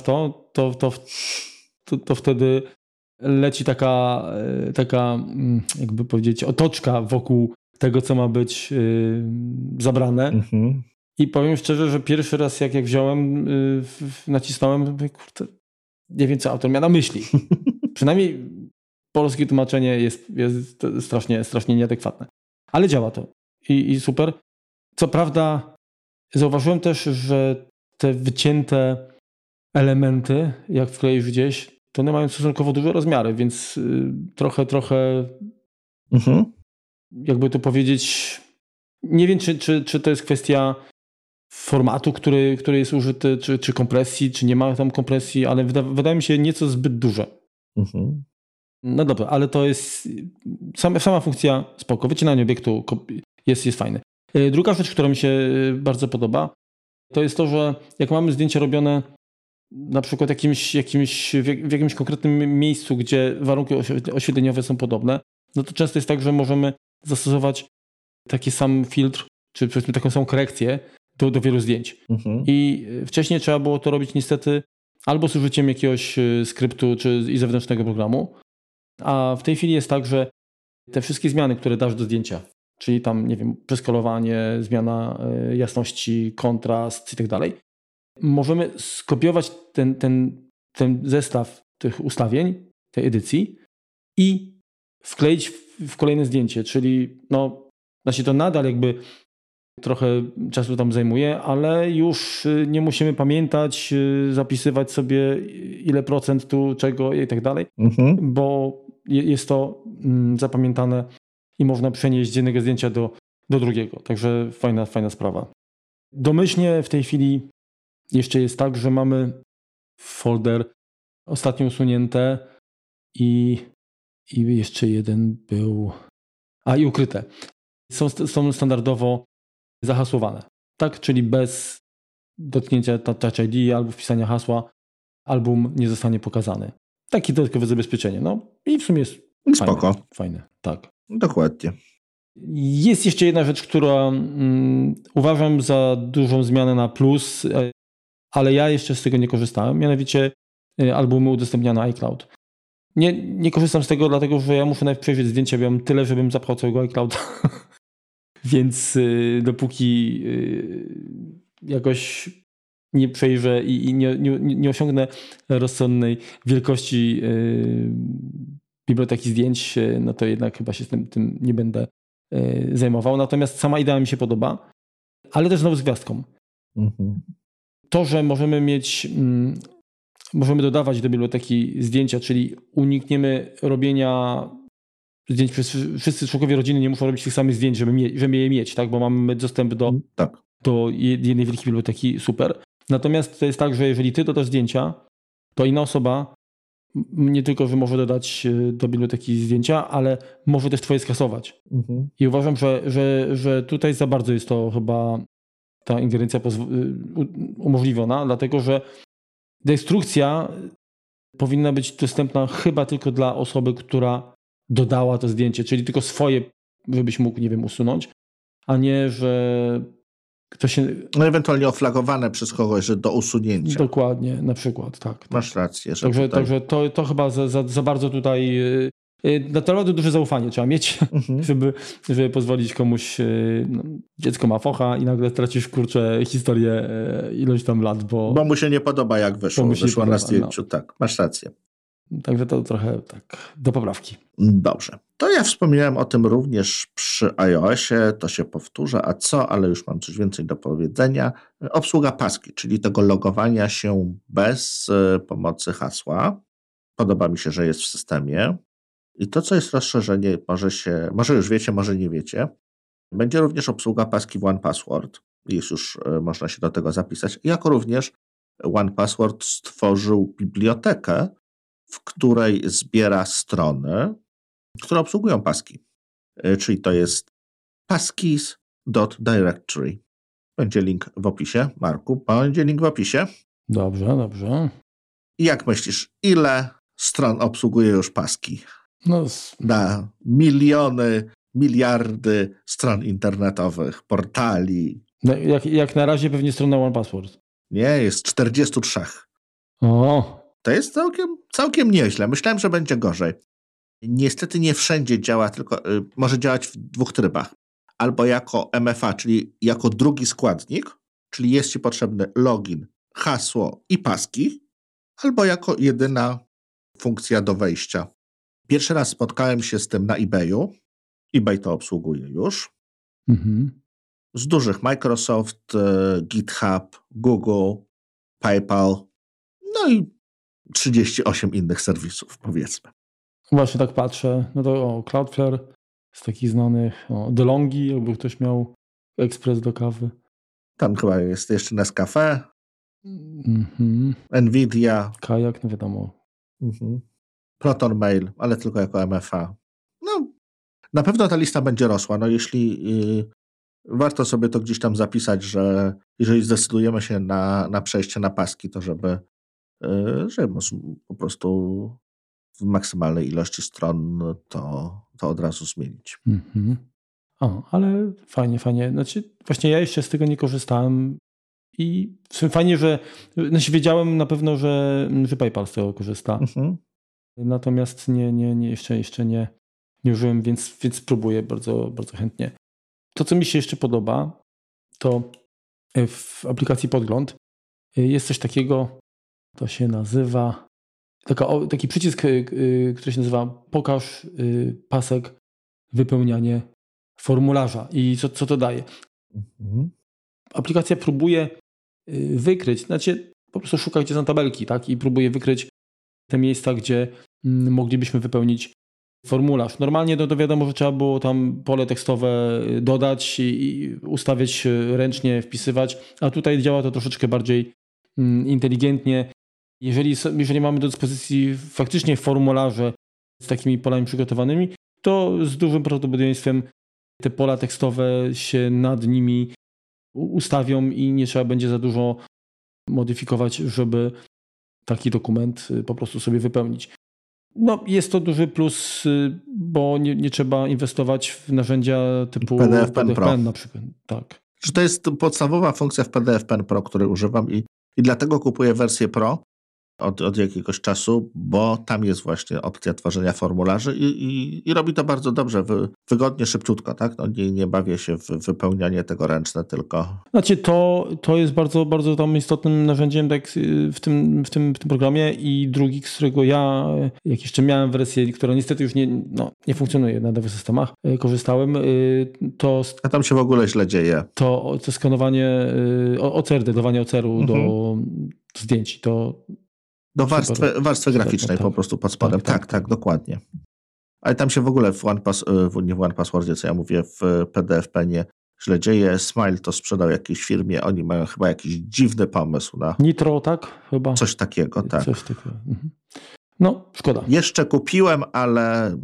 to wtedy leci taka jakby powiedzieć otoczka wokół tego, co ma być zabrane. I powiem szczerze, że pierwszy raz jak wziąłem, nacisnąłem, kurde, nie wiem, co autor miał na myśli. Przynajmniej polskie tłumaczenie jest strasznie nieadekwatne. Ale działa to. I super. Co prawda zauważyłem też, że te wycięte elementy, jak wkleisz gdzieś, to one mają stosunkowo duże rozmiary, więc trochę jakby to powiedzieć, nie wiem, czy to jest kwestia formatu, który jest użyty, czy kompresji, czy nie ma tam kompresji, ale wydaje mi się nieco zbyt duże. No dobra, ale to jest sama funkcja spoko. Wycinanie obiektu jest fajne. Druga rzecz, która mi się bardzo podoba, to jest to, że jak mamy zdjęcia robione na przykład w jakimś konkretnym miejscu, gdzie warunki oświetleniowe są podobne, no to często jest tak, że możemy zastosować taki sam filtr, czy powiedzmy taką samą korekcję do wielu zdjęć. I wcześniej trzeba było to robić niestety albo z użyciem jakiegoś skryptu i zewnętrznego programu, a w tej chwili jest tak, że te wszystkie zmiany, które dasz do zdjęcia, czyli tam, nie wiem, przeskalowanie, zmiana jasności, kontrast i tak dalej, możemy skopiować ten zestaw tych ustawień, tej edycji i wkleić w kolejne zdjęcie, czyli to nadal jakby trochę czasu tam zajmuje, ale już nie musimy pamiętać, zapisywać sobie ile procent tu, czego i tak dalej, bo jest to zapamiętane i można przenieść z jednego zdjęcia do drugiego. Także fajna sprawa. Domyślnie w tej chwili jeszcze jest tak, że mamy folder ostatnio usunięte i jeszcze jeden był... i ukryte. Są standardowo zahasłowane. Tak, czyli bez dotknięcia Touch ID albo wpisania hasła album nie zostanie pokazany. Takie dodatkowe zabezpieczenie. No i w sumie jest spoko. Fajne, tak. Dokładnie. Jest jeszcze jedna rzecz, która uważam za dużą zmianę na plus, ale ja jeszcze z tego nie korzystałem. Mianowicie albumy udostępniane na iCloud. Nie korzystam z tego, dlatego że ja muszę najpierw przejrzeć zdjęcia, bo mam tyle, żebym zapchał całego iClouda. Więc dopóki jakoś nie przejrzę i nie osiągnę rozsądnej wielkości biblioteki zdjęć, no to jednak chyba się tym nie będę zajmował. Natomiast sama idea mi się podoba, ale też znowu z gwiazdką. To, że możemy dodawać do biblioteki zdjęcia, czyli unikniemy robienia zdjęć wszyscy członkowie rodziny nie muszą robić tych samych zdjęć, żeby je mieć, tak? Bo mamy dostęp do jednej wielkiej biblioteki, super. Natomiast to jest tak, że jeżeli ty dodasz zdjęcia, to inna osoba nie tylko, że może dodać do biblioteki zdjęcia, ale może też twoje skasować. I uważam, że tutaj za bardzo jest to chyba ta ingerencja umożliwiona, dlatego że destrukcja powinna być dostępna chyba tylko dla osoby, która dodała to zdjęcie, czyli tylko swoje, żebyś mógł, nie wiem, usunąć, a nie, że ktoś się... No ewentualnie oflagowane przez kogoś, że do usunięcia. Dokładnie, na przykład, tak. Masz rację. Także to chyba za bardzo tutaj... Naprawdę duże zaufanie trzeba mieć, żeby pozwolić komuś... dziecko ma focha i nagle tracisz, historię ilość tam lat, bo mu się nie podoba, jak wyszło na zdjęciu. No. Tak, masz rację. Także to trochę tak do poprawki. Dobrze. To ja wspominałem o tym również przy iOSie, to się powtórzę, ale już mam coś więcej do powiedzenia. Obsługa paski, czyli tego logowania się bez pomocy hasła. Podoba mi się, że jest w systemie. I to, co jest rozszerzenie, może już wiecie, może nie wiecie, będzie również obsługa paski w OnePassword. Można się do tego zapisać. Jako również OnePassword stworzył bibliotekę, w której zbiera strony, które obsługują paski. Czyli to jest passkeys.directory. Będzie link w opisie. Marku, będzie link w opisie. Dobrze. I jak myślisz, ile stron obsługuje już paski? Na miliony, miliardy stron internetowych, portali. Jak na razie pewnie strona OnePassword. Nie, jest 43. O. To jest całkiem nieźle. Myślałem, że będzie gorzej. Niestety nie wszędzie działa, tylko może działać w dwóch trybach. Albo jako MFA, czyli jako drugi składnik, czyli jest ci potrzebny login, hasło i paski, albo jako jedyna funkcja do wejścia. Pierwszy raz spotkałem się z tym na eBayu. eBay to obsługuje już. Z dużych Microsoft, GitHub, Google, PayPal, no i 38 innych serwisów, powiedzmy. Właśnie tak patrzę. No to Cloudflare z takich znanych. DeLonghi, jakby ktoś miał ekspres do kawy. Tam chyba jest jeszcze Nescafe. Nvidia. Kajak, no wiadomo. Proton Mail, ale tylko jako MFA. No, na pewno ta lista będzie rosła. No jeśli warto sobie to gdzieś tam zapisać, że jeżeli zdecydujemy się na przejście na paski, to żeby po prostu w maksymalnej ilości stron to od razu zmienić. Ale fajnie. Znaczy, właśnie ja jeszcze z tego nie korzystałem i fajnie, że wiedziałem na pewno, że PayPal z tego korzysta. Natomiast jeszcze nie użyłem, więc spróbuję bardzo, bardzo chętnie. To, co mi się jeszcze podoba, to w aplikacji Podgląd jest coś takiego, to się nazywa taki przycisk, który się nazywa pokaż pasek wypełnianie formularza. I co to daje? Aplikacja próbuje wykryć, po prostu szuka, gdzie są tabelki, tak? I próbuje wykryć te miejsca, gdzie moglibyśmy wypełnić formularz. Normalnie to wiadomo, że trzeba było tam pole tekstowe dodać i ustawiać ręcznie, wpisywać, a tutaj działa to troszeczkę bardziej inteligentnie. Jeżeli mamy do dyspozycji faktycznie formularze z takimi polami przygotowanymi, to z dużym prawdopodobieństwem te pola tekstowe się nad nimi ustawią i nie trzeba będzie za dużo modyfikować, żeby taki dokument po prostu sobie wypełnić. No, jest to duży plus, bo nie trzeba inwestować w narzędzia typu PDF-Pen Pro na przykład. Tak. To jest podstawowa funkcja w PDF-Pen Pro, który używam i dlatego kupuję wersję Pro od jakiegoś czasu, bo tam jest właśnie opcja tworzenia formularzy i robi to bardzo dobrze, wygodnie, szybciutko, tak? No nie bawię się w wypełnianie tego ręczne tylko. To jest bardzo, bardzo tam istotnym narzędziem tak, w tym programie i drugi, z którego ja, jak jeszcze miałem wersję, która niestety już nie funkcjonuje na nowych systemach, korzystałem, to... A tam się w ogóle źle dzieje. To skanowanie dawanie OCR-u do zdjęć, do warstwy graficznej po prostu pod spodem. Tak, dokładnie. Ale tam się w ogóle nie w OnePasswordzie, co ja mówię, w PDF-Penie źle dzieje. Smile to sprzedał jakiejś firmie, oni mają chyba jakiś dziwny pomysł na... Nitro, tak? Chyba. Coś takiego, tak. Coś takiego. No, szkoda. Jeszcze kupiłem, ale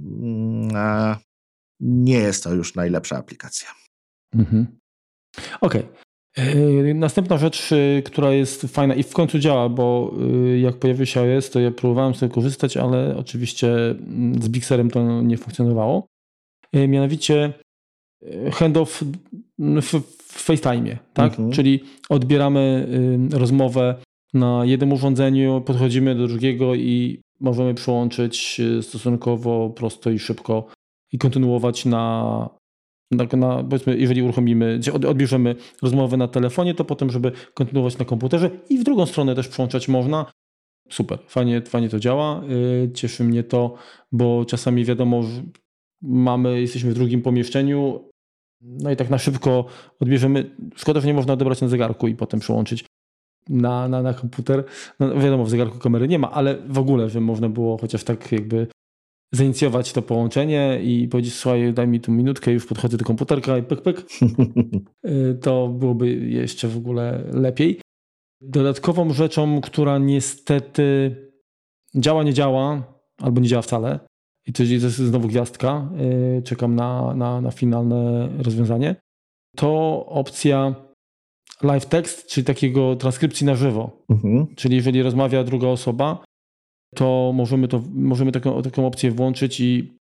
nie jest to już najlepsza aplikacja. Okej. Następna rzecz, która jest fajna i w końcu działa, bo jak pojawił się iOS, to ja próbowałem sobie korzystać, ale oczywiście z Bixerem to nie funkcjonowało. Mianowicie handoff w FaceTime'ie, tak? Czyli odbieramy rozmowę na jednym urządzeniu, podchodzimy do drugiego i możemy przyłączyć stosunkowo prosto i szybko i kontynuować powiedzmy, jeżeli odbierzemy rozmowę na telefonie, to potem, żeby kontynuować na komputerze i w drugą stronę też przyłączać można. Super, fajnie to działa. Cieszy mnie to, bo czasami wiadomo, że jesteśmy w drugim pomieszczeniu, no i tak na szybko odbierzemy. Szkoda, że nie można odebrać na zegarku i potem przyłączyć na komputer. No wiadomo, w zegarku kamery nie ma, ale w ogóle, że można było chociaż tak jakby zainicjować to połączenie i powiedzieć, słuchaj, daj mi tu minutkę, już podchodzę do komputerka i pyk. To byłoby jeszcze w ogóle lepiej. Dodatkową rzeczą, która niestety nie działa, albo nie działa wcale, i to jest znowu gwiazdka, czekam na finalne rozwiązanie, to opcja live text, czyli takiego transkrypcji na żywo. Czyli jeżeli rozmawia druga osoba, to możemy taką opcję włączyć i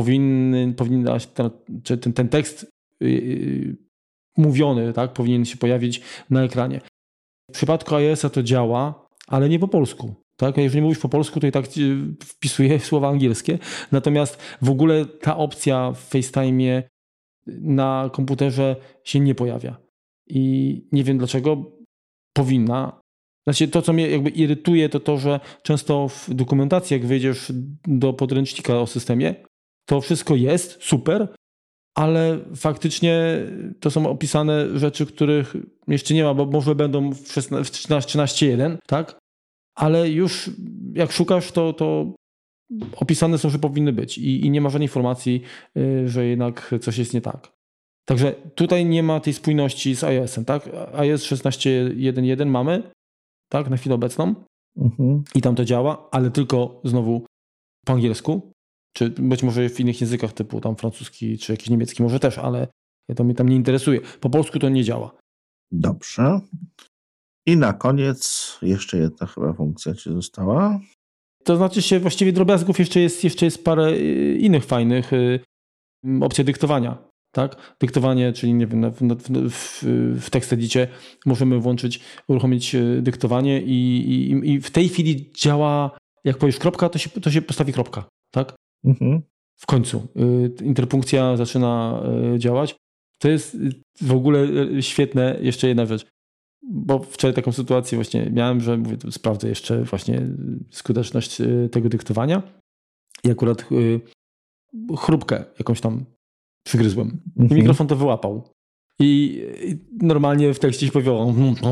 ten tekst mówiony, tak, powinien się pojawić na ekranie. W przypadku iOS-a to działa, ale nie po polsku. Tak? Jeżeli mówisz po polsku, to i tak wpisuje słowa angielskie. Natomiast w ogóle ta opcja w FaceTime'ie na komputerze się nie pojawia. I nie wiem dlaczego. Powinna. Znaczy to, co mnie jakby irytuje, to, że często w dokumentacji, jak wejdziesz do podręcznika o systemie, to wszystko jest super, ale faktycznie to są opisane rzeczy, których jeszcze nie ma, bo może będą w 13.1, tak? Ale już jak szukasz, to opisane są, że powinny być i nie ma żadnej informacji, że jednak coś jest nie tak. Także tutaj nie ma tej spójności z iOS-em, tak? iOS 16.1.1 mamy, tak, na chwilę obecną i tam to działa, ale tylko znowu po angielsku, czy być może w innych językach typu tam francuski, czy jakiś niemiecki może też, ale to mnie tam nie interesuje. Po polsku to nie działa. Dobrze. I na koniec jeszcze jedna chyba funkcja ci została. To znaczy się właściwie drobiazgów jeszcze jest parę innych fajnych opcji dyktowania. Tak? Dyktowanie, czyli nie wiem, w TextEdicie możemy uruchomić dyktowanie i w tej chwili działa, jak powiesz kropka, to się postawi kropka. Tak? W końcu. Interpunkcja zaczyna działać. To jest w ogóle świetne. Jeszcze jedna rzecz. Bo wczoraj taką sytuację właśnie miałem, że mówię, sprawdzę jeszcze właśnie skuteczność tego dyktowania i akurat chrupkę jakąś tam przygryzłem. I mikrofon to wyłapał. I normalnie w tekście się pojawiło.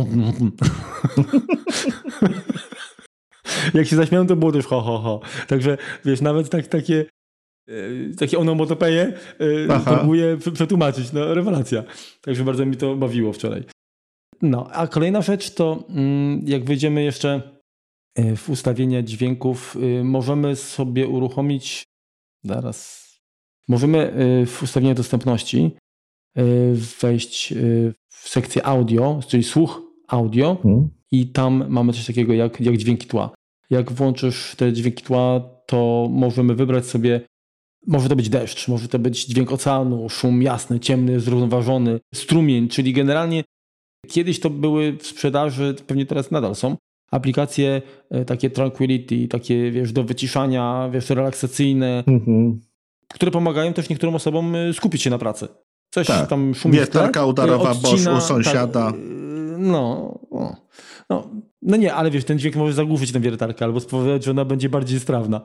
Jak się zaśmiałem, to było też ho, ho, ho. Także wiesz, nawet takie onomatopeje próbuję przetłumaczyć. No, rewelacja. Także bardzo mi to bawiło wczoraj. No, a kolejna rzecz to jak wejdziemy jeszcze w ustawienia dźwięków, możemy sobie uruchomić możemy w ustawienia dostępności wejść w sekcję audio, czyli słuch audio i tam mamy coś takiego jak dźwięki tła. Jak włączysz te dźwięki tła, to możemy wybrać sobie, może to być deszcz, może to być dźwięk oceanu, szum jasny, ciemny, zrównoważony, strumień, czyli generalnie kiedyś to były w sprzedaży, pewnie teraz nadal są, aplikacje takie Tranquility, takie wiesz, do wyciszania, wiesz, relaksacyjne, które pomagają też niektórym osobom skupić się na pracy. Coś tam szumi w tle. Wiertarka udarowa Bosch u sąsiada. No nie, ale wiesz, ten dźwięk może zagłuszyć tę wiertarkę albo spowodować, że ona będzie bardziej sprawna.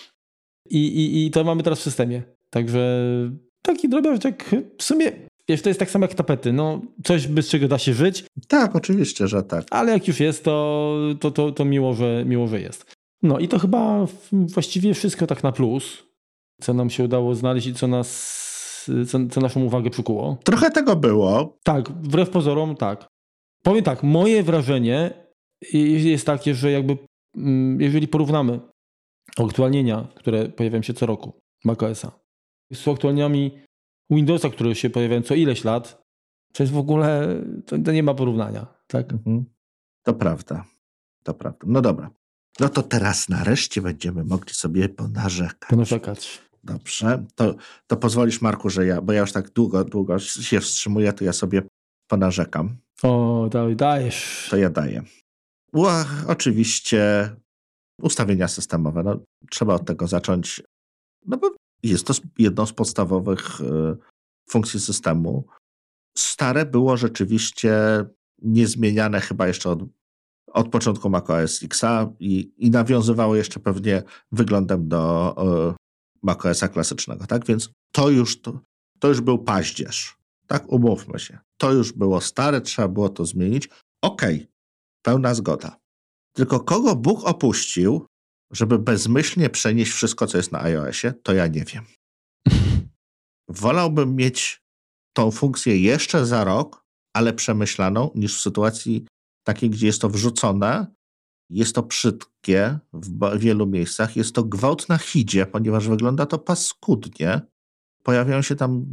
I to mamy teraz w systemie. Także taki drobiażdżek w sumie, wiesz, to jest tak samo jak tapety. No, coś bez czego da się żyć. Tak, oczywiście, że tak. Ale jak już jest, to miło, że jest. No i to chyba właściwie wszystko tak na plus, co nam się udało znaleźć i co naszą uwagę przykuło. Trochę tego było. Tak, wbrew pozorom tak. Powiem tak, moje wrażenie jest takie, że jakby jeżeli porównamy aktualnienia, które pojawiają się co roku macOSa z aktualnieniami Windowsa, które się pojawiają co ileś lat, to jest w ogóle, to nie ma porównania. Tak? To prawda. No dobra. No to teraz nareszcie będziemy mogli sobie ponarzekać. Dobrze. To pozwolisz, Marku, że bo ja już tak długo się wstrzymuję, to ja sobie ponarzekam. O, dajesz. To ja daję. Oczywiście ustawienia systemowe. No, trzeba od tego zacząć, no bo jest to jedną z podstawowych funkcji systemu. Stare było rzeczywiście niezmieniane chyba jeszcze od początku macOS X-a i nawiązywało jeszcze pewnie wyglądem do macOSa klasycznego, tak? Więc to już był paździerz, tak? Umówmy się. To już było stare, trzeba było to zmienić. Okej, pełna zgoda. Tylko kogo Bóg opuścił, żeby bezmyślnie przenieść wszystko, co jest na iOSie, to ja nie wiem. Wolałbym mieć tą funkcję jeszcze za rok, ale przemyślaną, niż w sytuacji takiej, gdzie jest to wrzucone. Jest to brzydkie w wielu miejscach. Jest to gwałt na hidzie, ponieważ wygląda to paskudnie. Pojawiają się tam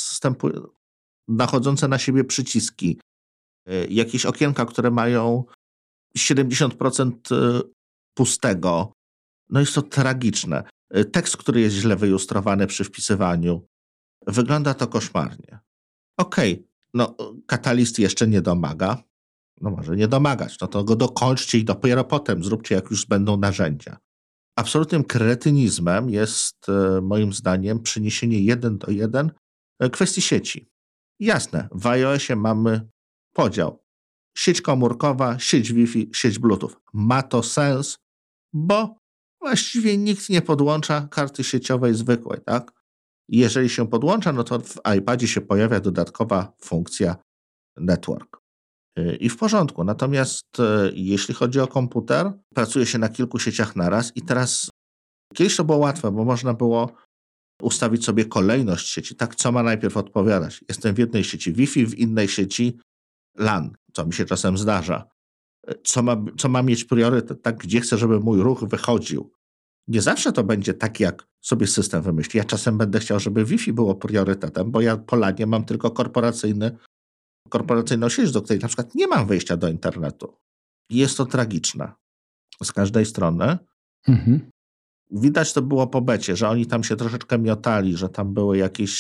nachodzące na siebie przyciski. Jakieś okienka, które mają 70% pustego. No jest to tragiczne. Tekst, który jest źle wyjustrowany przy wpisywaniu. Wygląda to koszmarnie. Okej, no Catalyst jeszcze nie domaga. No może nie domagać, no to go dokończcie i dopiero potem zróbcie, jak już będą narzędzia. Absolutnym kretynizmem jest moim zdaniem przeniesienie 1:1 kwestii sieci. Jasne, w iOSie mamy podział. Sieć komórkowa, sieć Wi-Fi, sieć Bluetooth. Ma to sens, bo właściwie nikt nie podłącza karty sieciowej zwykłej, tak? Jeżeli się podłącza, no to w iPadzie się pojawia dodatkowa funkcja network. I w porządku. Natomiast jeśli chodzi o komputer, pracuje się na kilku sieciach naraz i teraz kiedyś to było łatwe, bo można było ustawić sobie kolejność sieci, tak, co ma najpierw odpowiadać. Jestem w jednej sieci Wi-Fi, w innej sieci LAN, co mi się czasem zdarza. Co ma mieć priorytet, tak, gdzie chcę, żeby mój ruch wychodził. Nie zawsze to będzie tak, jak sobie system wymyśli. Ja czasem będę chciał, żeby Wi-Fi było priorytetem, bo ja po LANie mam tylko korporacyjną sieć, do której na przykład nie mam wejścia do internetu. Jest to tragiczne. Z każdej strony. Widać to było po becie, że oni tam się troszeczkę miotali, że tam były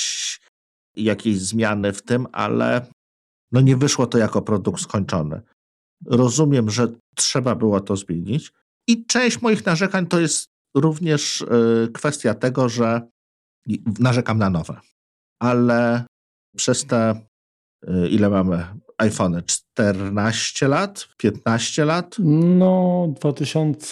jakieś zmiany w tym, ale no nie wyszło to jako produkt skończony. Rozumiem, że trzeba było to zmienić i część moich narzekań to jest również kwestia tego, że narzekam na nowe. Ale przez te ile mamy iPhony? 14 lat? 15 lat? No,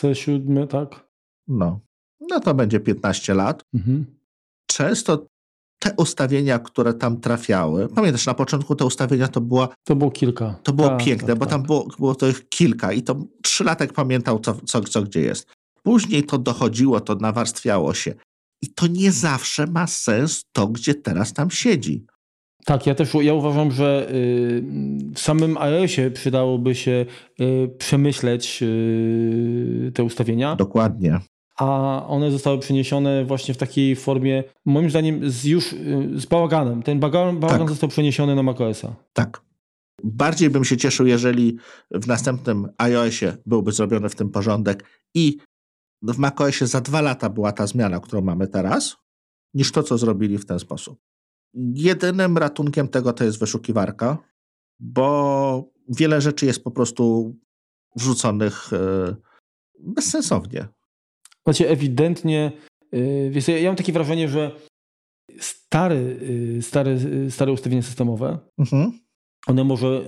2007, tak. No to będzie 15 lat. Często te ustawienia, które tam trafiały, pamiętasz, na początku te ustawienia to było kilka. To było piękne, bo tam było to ich kilka i to 3-latek pamiętał, co gdzie jest. Później to dochodziło, to nawarstwiało się. I to nie zawsze ma sens to, gdzie teraz tam siedzi. Tak, ja uważam, że w samym iOSie przydałoby się przemyśleć te ustawienia. Dokładnie. A one zostały przeniesione właśnie w takiej formie, moim zdaniem, z bałaganem. Ten bałagan został przeniesiony na macOSa. Tak. Bardziej bym się cieszył, jeżeli w następnym iOSie byłby zrobiony w tym porządek i w macOSie za 2 lata była ta zmiana, którą mamy teraz, niż to, co zrobili w ten sposób. Jedynym ratunkiem tego to jest wyszukiwarka, bo wiele rzeczy jest po prostu wrzuconych bezsensownie. Znaczy ewidentnie, wiesz, ja mam takie wrażenie, że stare ustawienia systemowe, one może...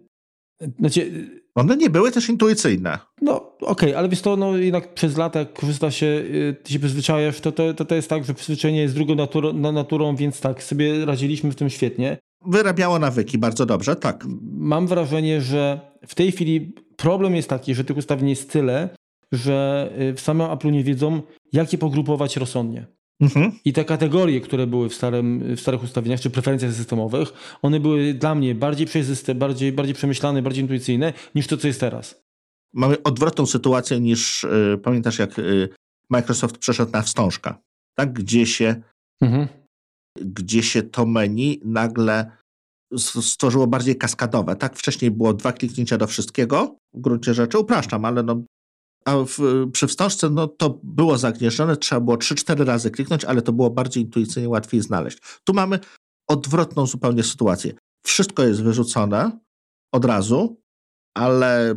One nie były też intuicyjne. No okej, ale wiesz to, no jednak przez lata jak korzysta się, ty się przyzwyczajasz, to jest tak, że przyzwyczajenie jest drugą naturą, więc tak, sobie radziliśmy w tym świetnie. Wyrabiało nawyki bardzo dobrze, tak. Mam wrażenie, że w tej chwili problem jest taki, że tych ustawień jest tyle, że w samym Apple'u nie wiedzą, jak je pogrupować rozsądnie. I te kategorie, które były w starych ustawieniach, czy preferencjach systemowych, one były dla mnie bardziej przejrzyste, bardziej przemyślane, bardziej intuicyjne niż to, co jest teraz. Mamy odwrotną sytuację niż, pamiętasz, jak Microsoft przeszedł na wstążka, tak? Gdzie się to menu nagle stworzyło bardziej kaskadowe. Tak? Wcześniej było 2 kliknięcia do wszystkiego, w gruncie rzeczy, upraszczam, ale przy wstążce to było zagnieżdżone, trzeba było 3-4 razy kliknąć, ale to było bardziej intuicyjnie, łatwiej znaleźć. Tu mamy odwrotną zupełnie sytuację. Wszystko jest wyrzucone od razu, ale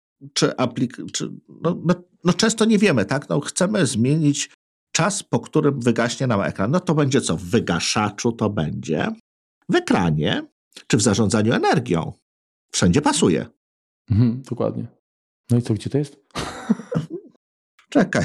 często nie wiemy, tak? Chcemy zmienić czas, po którym wygaśnie nam ekran. To będzie co? W wygaszaczu to będzie, w ekranie, czy w zarządzaniu energią. Wszędzie pasuje. Dokładnie. No i co, gdzie to jest? Czekaj.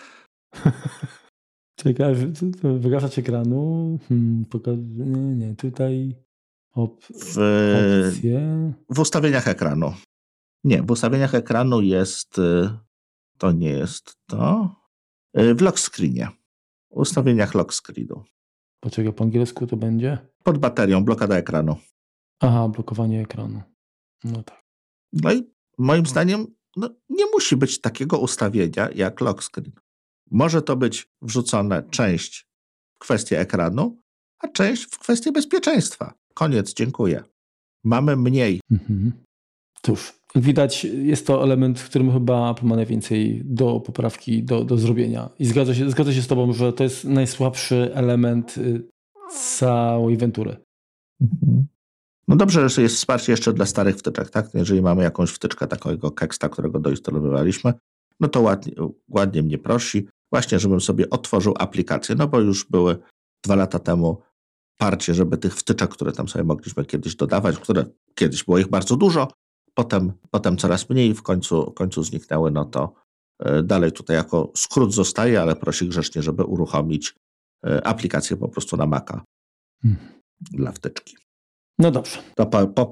Wygaszacz ekranu. Nie, tutaj opcje. W ustawieniach ekranu. Nie, w ustawieniach ekranu jest, to nie jest to. W lock screenie. W ustawieniach lock screenu. Poczekaj, po angielsku to będzie? Pod baterią, blokada ekranu. Aha, blokowanie ekranu. No tak. No i moim zdaniem nie musi być takiego ustawienia jak lock screen. Może to być wrzucone część w kwestię ekranu, a część w kwestię bezpieczeństwa. Koniec, dziękuję. Mamy mniej. Cóż, jak widać, jest to element, w którym chyba Apple ma najwięcej do poprawki, do zrobienia. I zgadzam się z tobą, że to jest najsłabszy element całej Ventury. No dobrze, że jest wsparcie jeszcze dla starych wtyczek, tak? Jeżeli mamy jakąś wtyczkę takiego keksta, którego doinstalowywaliśmy, no to ładnie mnie prosi właśnie, żebym sobie otworzył aplikację, no bo już były 2 lata temu parcie, żeby tych wtyczek, które tam sobie mogliśmy kiedyś dodawać, które kiedyś było ich bardzo dużo, potem coraz mniej, w końcu zniknęły, no to dalej tutaj jako skrót zostaje, ale prosi grzecznie, żeby uruchomić aplikację po prostu na Maca dla wtyczki. No dobrze. To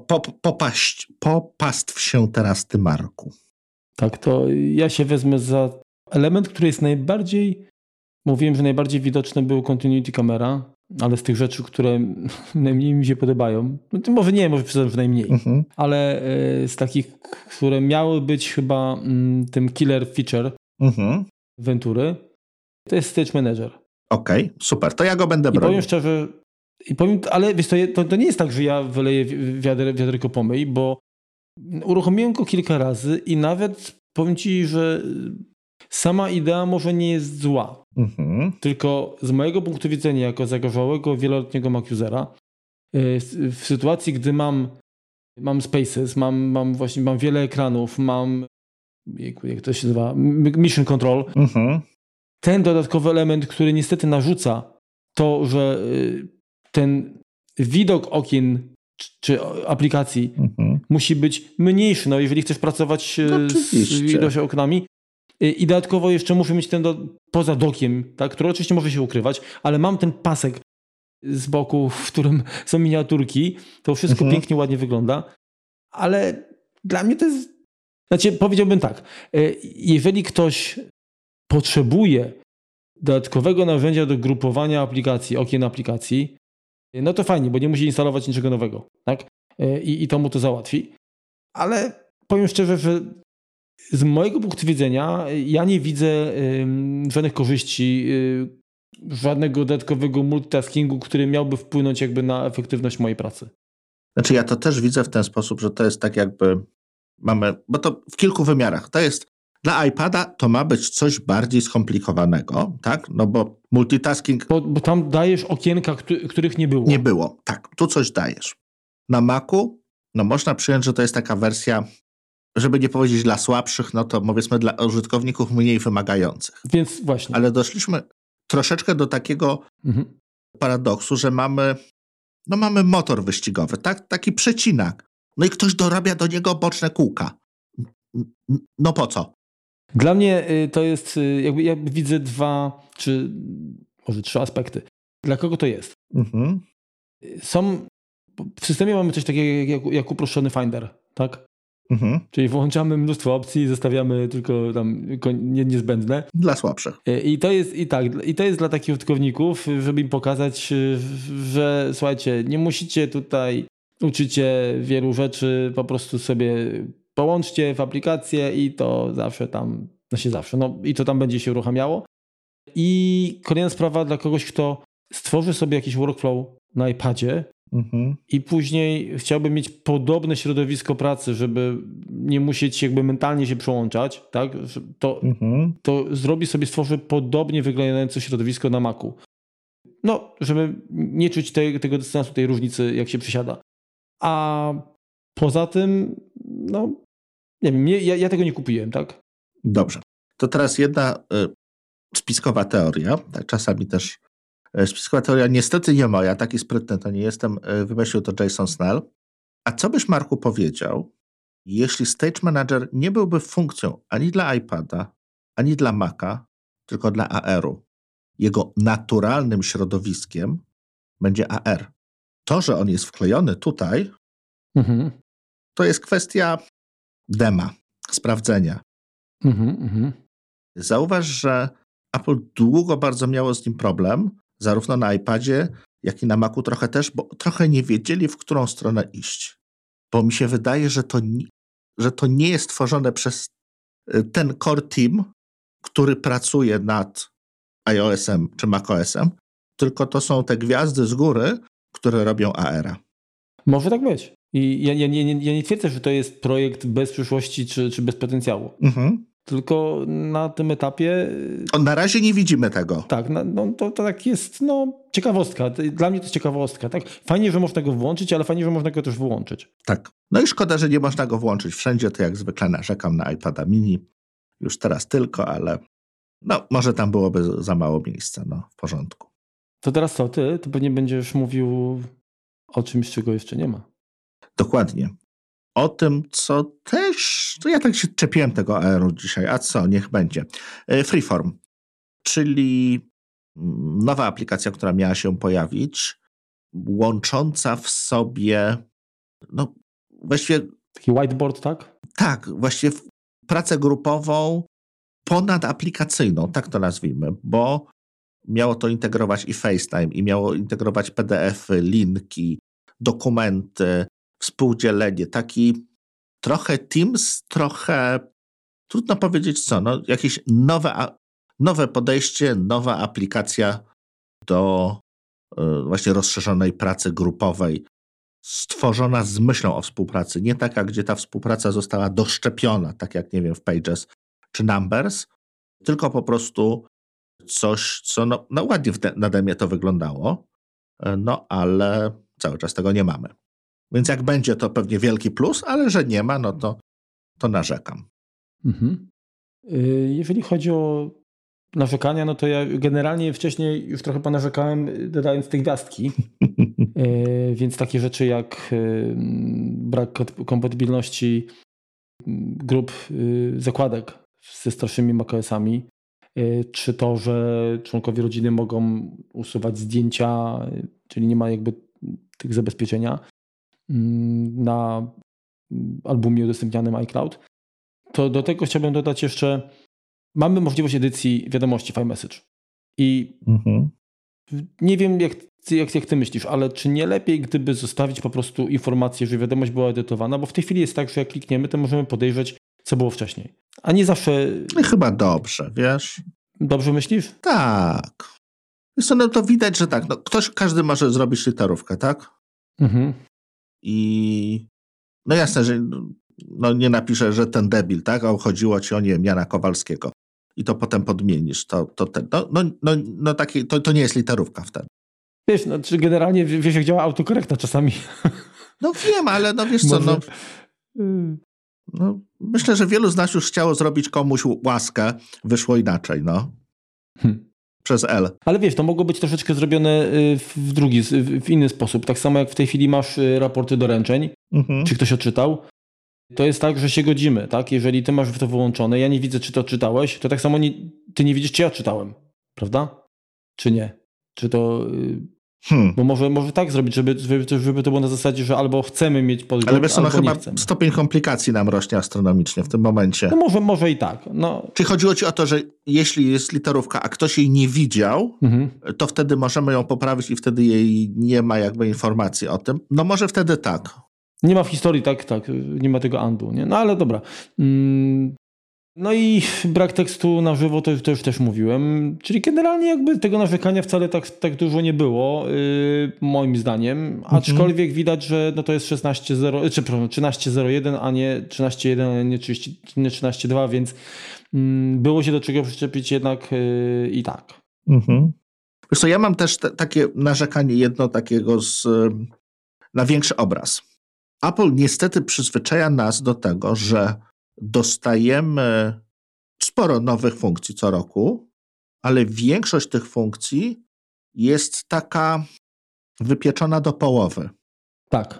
popastw się teraz ty, Marku. Tak, to ja się wezmę za element, który jest mówiłem, że najbardziej widoczny był Continuity Camera, ale z tych rzeczy, które najmniej mi się podobają, może przyznam, że najmniej, ale z takich, które miały być chyba tym killer feature Ventury, to jest Stage Manager. Okej, super, to ja go będę bronił. I powiem szczerze, ale wiesz, to nie jest tak, że ja wyleję wiaderko pomyj, bo uruchomiłem go kilka razy i nawet powiem ci, że sama idea może nie jest zła. Tylko z mojego punktu widzenia, jako zagorzałego wieloletniego Mac usera, w sytuacji, gdy mam spaces, mam wiele ekranów, mam jak to się nazywa, mission control, ten dodatkowy element, który niestety narzuca to, że ten widok okien czy aplikacji musi być mniejszy, no jeżeli chcesz pracować z ilością oknami. I dodatkowo jeszcze muszę mieć ten poza dokiem, tak, który oczywiście może się ukrywać, ale mam ten pasek z boku, w którym są miniaturki. To wszystko pięknie, ładnie wygląda. Ale dla mnie to jest... Znaczy, powiedziałbym tak. Jeżeli ktoś potrzebuje dodatkowego narzędzia do grupowania aplikacji, okien aplikacji, no to fajnie, bo nie musi instalować niczego nowego, tak? I to mu to załatwi. Ale powiem szczerze, że z mojego punktu widzenia ja nie widzę żadnych korzyści, żadnego dodatkowego multitaskingu, który miałby wpłynąć jakby na efektywność mojej pracy. Znaczy ja to też widzę w ten sposób, że to jest tak jakby mamy, bo to w kilku wymiarach. To jest dla iPada to ma być coś bardziej skomplikowanego, tak? No bo multitasking... Bo tam dajesz okienka, których nie było. Nie było, tak. Tu coś dajesz. Na Macu, no można przyjąć, że to jest taka wersja, żeby nie powiedzieć dla słabszych, no to powiedzmy dla użytkowników mniej wymagających. Więc właśnie. Ale doszliśmy troszeczkę do takiego paradoksu, że mamy motor wyścigowy, tak? Taki przecinak. No i ktoś dorabia do niego boczne kółka. No po co? Dla mnie to jest, ja widzę 2 czy może 3 aspekty. Dla kogo to jest? W systemie mamy coś takiego jak uproszczony Finder, tak? Czyli włączamy mnóstwo opcji, zostawiamy tylko tam niezbędne. Dla słabszych. I to jest dla takich użytkowników, żeby im pokazać, że słuchajcie, nie musicie tutaj uczyć się wielu rzeczy, po prostu sobie połączcie w aplikację i to zawsze tam, i to tam będzie się uruchamiało. I kolejna sprawa dla kogoś, kto stworzy sobie jakiś workflow na iPadzie i później chciałby mieć podobne środowisko pracy, żeby nie musieć jakby mentalnie się przełączać, tak? To stworzy podobnie wyglądające środowisko na Macu. No, żeby nie czuć tego dystansu, tej różnicy, jak się przysiada. A poza tym, no, nie wiem, ja tego nie kupiłem, tak? Dobrze. To teraz jedna spiskowa teoria, tak czasami też spiskowa teoria, niestety nie moja, taki sprytny to nie jestem, wymyślił to Jason Snell. A co byś, Marku, powiedział, jeśli Stage Manager nie byłby funkcją ani dla iPada, ani dla Maca, tylko dla AR-u? Jego naturalnym środowiskiem będzie AR. To, że on jest wklejony tutaj, to jest kwestia dema, sprawdzenia. Zauważ, że Apple długo bardzo miało z nim problem, zarówno na iPadzie, jak i na Macu trochę też, bo trochę nie wiedzieli, w którą stronę iść. Bo mi się wydaje, że to nie jest tworzone przez ten core team, który pracuje nad iOS-em czy macOS-em, tylko to są te gwiazdy z góry, które robią AR-a. Może tak być. I ja nie twierdzę, że to jest projekt bez przyszłości czy bez potencjału. Tylko na tym etapie... Na razie nie widzimy tego. Tak, to tak jest ciekawostka. Dla mnie to jest ciekawostka. Tak? Fajnie, że można go włączyć, ale fajnie, że można go też wyłączyć. Tak. No i szkoda, że nie można go włączyć wszędzie. To jak zwykle narzekam na iPada mini. Już teraz tylko, ale może tam byłoby za mało miejsca. W porządku. To teraz co? Ty pewnie będziesz mówił o czymś, czego jeszcze nie ma. Dokładnie. O tym, co też... To ja tak się czepiłem tego AR-u dzisiaj. A co? Niech będzie. Freeform, czyli nowa aplikacja, która miała się pojawić, łącząca w sobie właściwie... Taki whiteboard, tak? Tak, właściwie pracę grupową ponadaplikacyjną, tak to nazwijmy, bo miało to integrować i FaceTime, i miało integrować PDF-y, linki, dokumenty, współdzielenie, taki trochę Teams, trochę trudno powiedzieć co, jakieś nowe podejście, nowa aplikacja do właśnie rozszerzonej pracy grupowej, stworzona z myślą o współpracy, nie taka, gdzie ta współpraca została doszczepiona, tak jak, nie wiem, w Pages czy Numbers, tylko po prostu coś, co ładnie na demie to wyglądało, ale cały czas tego nie mamy. Więc jak będzie, to pewnie wielki plus, ale że nie ma, to narzekam. Jeżeli chodzi o narzekania, to ja generalnie wcześniej już trochę ponarzekałem, dodając te gwiazdki. Więc takie rzeczy jak brak kompatybilności grup zakładek ze starszymi macOS-ami, czy to, że członkowie rodziny mogą usuwać zdjęcia, czyli nie ma jakby tych zabezpieczenia na albumie udostępnianym iCloud. To do tego chciałbym dodać jeszcze, mamy możliwość edycji wiadomości iMessage. I nie wiem, jak ty myślisz, ale czy nie lepiej, gdyby zostawić po prostu informację, że wiadomość była edytowana, bo w tej chwili jest tak, że jak klikniemy, to możemy podejrzeć, co było wcześniej. A nie zawsze... Chyba dobrze, wiesz? Dobrze myślisz? Tak. No to widać, że tak. No, każdy może zrobić literówkę, tak? I no jasne, że nie napiszę, że ten debil, tak? A chodziło ci o, nie wiem, Jana Kowalskiego. I to potem podmienisz. To nie jest literówka wtedy. Wiesz, czy generalnie wiesz, jak działa autokorekta czasami. No wiem, ale wiesz co, myślę, że wielu z nas już chciało zrobić komuś łaskę, wyszło inaczej, przez L. Ale wiesz, to mogło być troszeczkę zrobione w inny sposób. Tak samo jak w tej chwili masz raporty doręczeń, czy ktoś odczytał. To jest tak, że się godzimy, tak? Jeżeli ty masz to wyłączone, ja nie widzę, czy to czytałeś, to tak samo ty nie widzisz, czy ja czytałem, prawda? Czy nie? Czy to... Bo może tak zrobić, żeby to było na zasadzie, że albo chcemy mieć podgląd, ale wiesz co, albo chyba nie chcemy. Stopień komplikacji nam rośnie astronomicznie w tym momencie. No może i tak. Czy chodziło ci o to, że jeśli jest literówka, a ktoś jej nie widział, to wtedy możemy ją poprawić i wtedy jej nie ma jakby informacji o tym? No może wtedy tak. Nie ma w historii, tak, nie ma tego undo, nie? No ale dobra. No i brak tekstu na żywo, to już też mówiłem. Czyli generalnie jakby tego narzekania wcale tak dużo nie było, moim zdaniem. Aczkolwiek widać, że to jest 13.01, a nie 13.1, a nie 13.2, więc było się do czego przyczepić jednak i tak. Wiesz co, ja mam też takie narzekanie jedno takiego na większy obraz. Apple niestety przyzwyczaja nas do tego, że dostajemy sporo nowych funkcji co roku, ale większość tych funkcji jest taka wypieczona do połowy. Tak.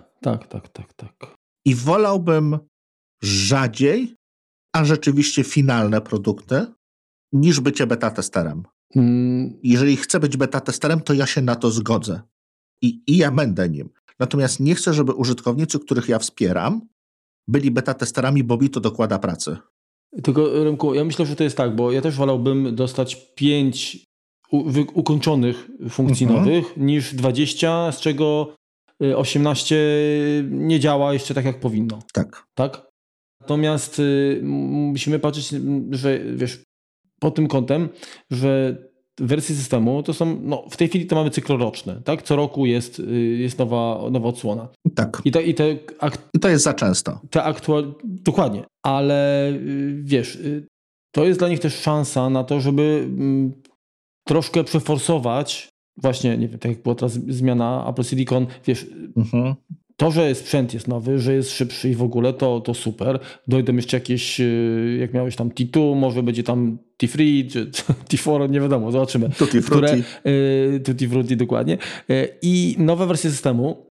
I wolałbym rzadziej, a rzeczywiście finalne produkty, niż bycie beta-testerem. Jeżeli chcę być beta-testerem, to ja się na to zgodzę. I ja będę nim. Natomiast nie chcę, żeby użytkownicy, których ja wspieram, byli beta-testerami, bo mi to dokłada pracy. Tylko, Remku, ja myślę, że to jest tak, bo ja też wolałbym dostać 5 ukończonych funkcji nowych niż 20, z czego 18 nie działa jeszcze tak, jak powinno. Tak? Natomiast musimy patrzeć, że wiesz, pod tym kątem, że wersje systemu to są, w tej chwili to mamy cykloroczne, tak? Co roku jest nowa odsłona. Tak. I to jest za często. Dokładnie, ale wiesz, to jest dla nich też szansa na to, żeby troszkę przeforsować, właśnie, nie wiem, tak jak była teraz zmiana Apple Silicon, wiesz, to, że sprzęt jest nowy, że jest szybszy i w ogóle, to super. Dojdą jeszcze jakieś, jak miałeś tam T2, może będzie tam T3 czy T4, nie wiadomo, zobaczymy. Tutti Frutti. Tutti Frutti, dokładnie. I nowa wersja systemu,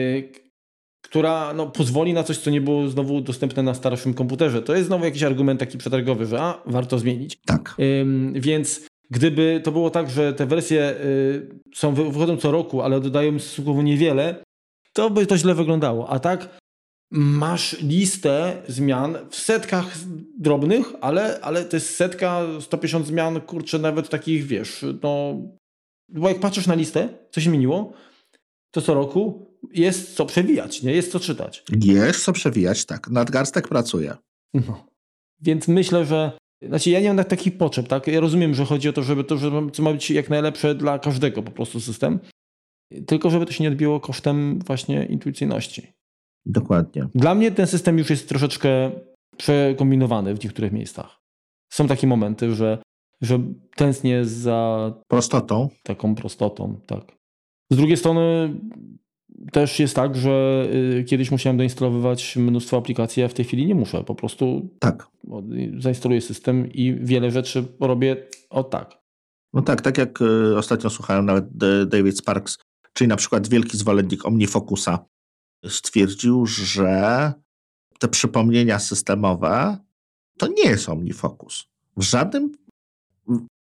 która pozwoli na coś, co nie było znowu dostępne na starszym komputerze. To jest znowu jakiś argument taki przetargowy, że warto zmienić. Tak. Więc gdyby to było tak, że te wersje wychodzą co roku, ale dodają stosunkowo niewiele, to by to źle wyglądało. A tak masz listę zmian w setkach drobnych, ale to jest 150 zmian, kurczę, nawet takich, wiesz, bo jak patrzysz na listę, co się zmieniło, to co roku jest co przewijać, nie? Jest co czytać. Jest co przewijać, tak. Nadgarstek pracuje. Więc myślę, że ja nie mam takich potrzeb, tak? Ja rozumiem, że chodzi o to, że ma być jak najlepsze dla każdego po prostu system. Tylko żeby to się nie odbiło kosztem właśnie intuicyjności. Dokładnie. Dla mnie ten system już jest troszeczkę przekombinowany w niektórych miejscach. Są takie momenty, że tęsknię za prostotą. Taką prostotą, tak. Z drugiej strony też jest tak, że kiedyś musiałem doinstalowywać mnóstwo aplikacji, a w tej chwili nie muszę. Po prostu zainstaluję system i wiele rzeczy robię tak. No tak jak ostatnio słuchałem nawet David Sparks, czyli na przykład wielki zwolennik OmniFocusa, stwierdził, że te przypomnienia systemowe to nie jest OmniFocus.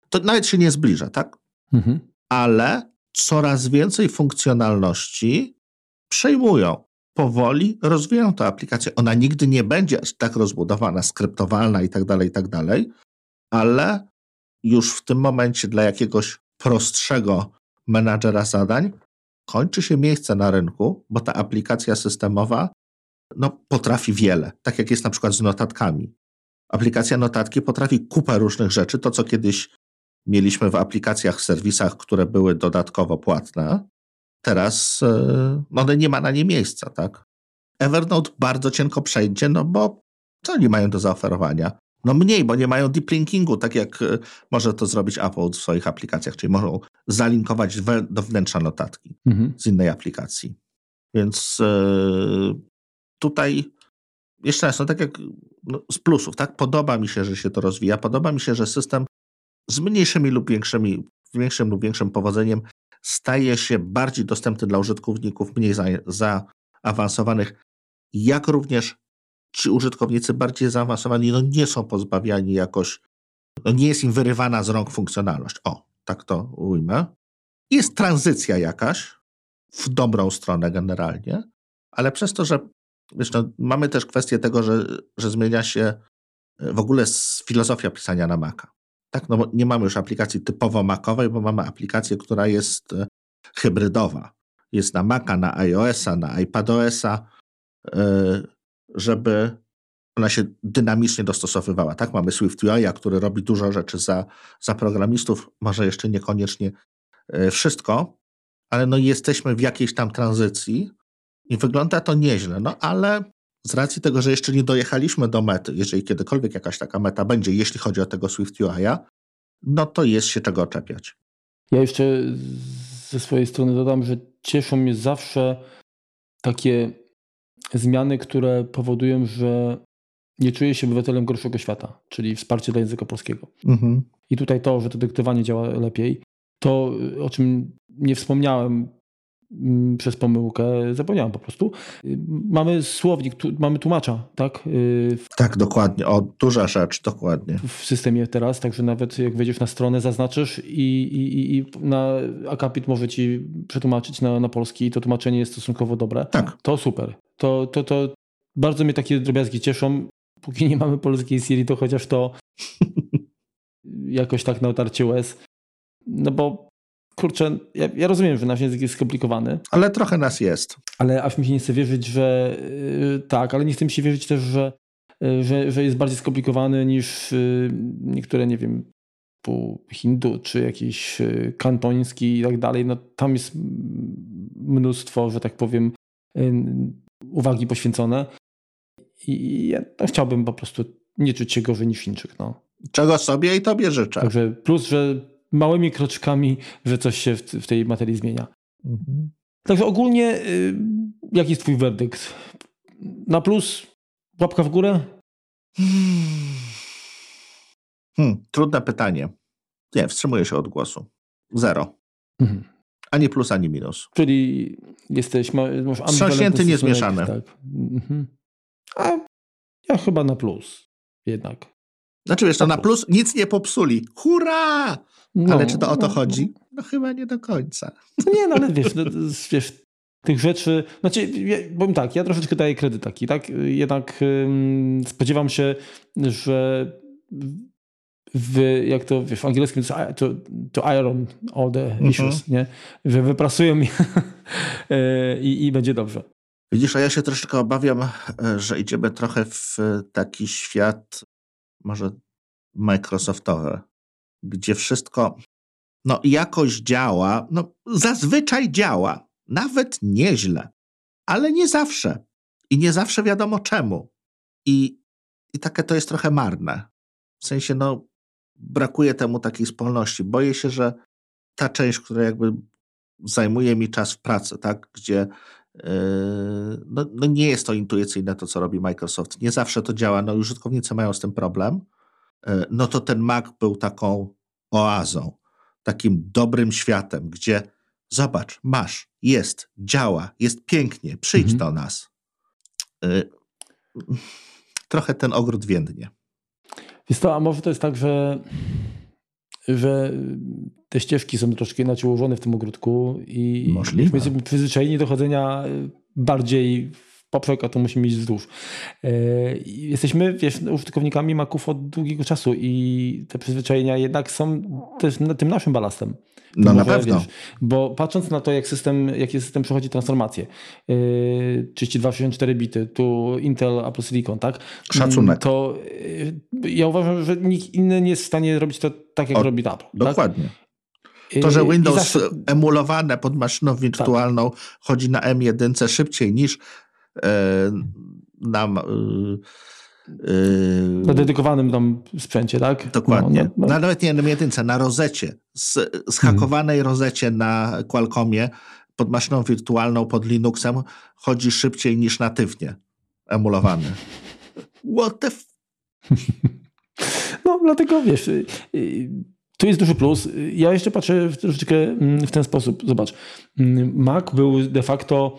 To nawet się nie zbliża, tak? Ale coraz więcej funkcjonalności przejmują. Powoli rozwijają tę aplikację. Ona nigdy nie będzie aż tak rozbudowana, skryptowalna i tak dalej, ale już w tym momencie dla jakiegoś prostszego menadżera zadań kończy się miejsce na rynku, bo ta aplikacja systemowa potrafi wiele. Tak jak jest na przykład z notatkami. Aplikacja notatki potrafi kupę różnych rzeczy. To, co kiedyś mieliśmy w aplikacjach, serwisach, które były dodatkowo płatne, teraz nie ma na nie miejsca, tak? Evernote bardzo cienko przejdzie, bo co oni mają do zaoferowania? Mniej, bo nie mają deep linkingu, tak jak może to zrobić Apple w swoich aplikacjach, czyli mogą zalinkować do wnętrza notatki z innej aplikacji. Więc tutaj jeszcze raz, tak jak z plusów, tak? Podoba mi się, że się to rozwija, podoba mi się, że system z większym lub większym powodzeniem staje się bardziej dostępny dla użytkowników mniej zaawansowanych, jak również ci użytkownicy bardziej zaawansowani nie są pozbawiani jakoś, nie jest im wyrywana z rąk funkcjonalność. Tak to ujmę. Jest tranzycja jakaś w dobrą stronę generalnie, ale przez to, że mamy też kwestię tego, że zmienia się w ogóle filozofia pisania na Maca. Tak, bo nie mamy już aplikacji typowo macowej, bo mamy aplikację, która jest hybrydowa. Jest na Maca, na iOS-a, na iPadOS-a, żeby ona się dynamicznie dostosowywała. Tak, mamy SwiftUI, który robi dużo rzeczy za programistów, może jeszcze niekoniecznie wszystko, ale jesteśmy w jakiejś tam tranzycji i wygląda to nieźle, ale z racji tego, że jeszcze nie dojechaliśmy do mety, jeżeli kiedykolwiek jakaś taka meta będzie, jeśli chodzi o tego SwiftUI'a, to jest się czego czepiać. Ja jeszcze ze swojej strony dodam, że cieszą mnie zawsze takie zmiany, które powodują, że nie czuję się obywatelem gorszego świata, czyli wsparcie dla języka polskiego. I tutaj to, że to dyktowanie działa lepiej, to o czym nie wspomniałem przez pomyłkę, zapomniałem po prostu. Mamy słownik, mamy tłumacza, tak? Tak, dokładnie. Duża rzecz, dokładnie. W systemie teraz, także nawet jak wejdziesz na stronę, zaznaczysz i akapit może ci przetłumaczyć na polski i to tłumaczenie jest stosunkowo dobre. Tak. To super. To bardzo mnie takie drobiazgi cieszą. Póki nie mamy polskiej Siri, to chociaż to jakoś tak na otarcie łez. Bo kurczę, ja rozumiem, że nasz język jest skomplikowany. Ale trochę nas jest. Ale aż mi się nie chce wierzyć, że tak, ale nie chce mi się wierzyć też, że jest bardziej skomplikowany niż niektóre, nie wiem, po hindu, czy jakiś kantoński i tak dalej. Tam jest mnóstwo, że tak powiem, uwagi poświęcone. I ja chciałbym po prostu nie czuć się gorzej niż Chińczyk. Czego sobie i tobie życzę. Także plus, że małymi kroczkami, że coś się w tej materii zmienia. Także ogólnie, jaki jest twój werdykt? Na plus? Łapka w górę? Trudne pytanie. Nie, wstrzymuję się od głosu. 0. Ani plus, ani minus. Czyli masz wstrząśnięty, niezmieszany. Tak. A ja chyba na plus jednak. Znaczy wiesz, to na plus nic nie popsuli. Hurra! Ale czy to o to chodzi? Chyba nie do końca. Ale wiesz, tych rzeczy... Znaczy, powiem tak, ja troszeczkę daję kredyt taki, tak? Jednak spodziewam się, że jak to wiesz, w angielskim to iron all the issues, nie? Że wyprasują je i będzie dobrze. Widzisz, a ja się troszeczkę obawiam, że idziemy trochę w taki świat może Microsoftowy, gdzie wszystko jakoś działa, zazwyczaj działa, nawet nieźle, ale nie zawsze. I nie zawsze wiadomo czemu. I takie to jest trochę marne. W sensie, brakuje temu takiej spójności. Boję się, że ta część, która jakby zajmuje mi czas w pracy, tak, gdzie nie jest to intuicyjne to, co robi Microsoft. Nie zawsze to działa. Użytkownicy mają z tym problem. To ten Mac był taką oazą, takim dobrym światem, gdzie zobacz, masz, jest, działa, jest pięknie, przyjdź do nas. Trochę ten ogród więdnie. Wiesz co, a może to jest tak, że te ścieżki są troszkę inaczej ułożone w tym ogródku i Możliwe. my jesteśmy przyzwyczajeni do chodzenia bardziej w poprzek, a to musimy iść wzdłuż. Jesteśmy, użytkownikami Maców od długiego czasu i te przyzwyczajenia jednak są też tym naszym balastem. No na pewno. Bo patrząc na to, jaki system przechodzi transformację, 32-64 bity, tu Intel, Apple Silicon, tak? Szacunek. To ja uważam, że nikt inny nie jest w stanie robić to tak, jak robi Apple. Dokładnie. Tak? To, że Windows emulowane pod maszyną wirtualną chodzi na M1 szybciej niż na dedykowanym tam sprzęcie, tak? Dokładnie. Nawet nie na M1, na rozecie. Zhakowanej rozecie na Qualcommie pod maszyną wirtualną, pod Linuxem chodzi szybciej niż natywnie emulowany. What the No, dlatego wiesz, tu jest duży plus. Ja jeszcze patrzę troszeczkę w ten sposób. Zobacz, Mac był de facto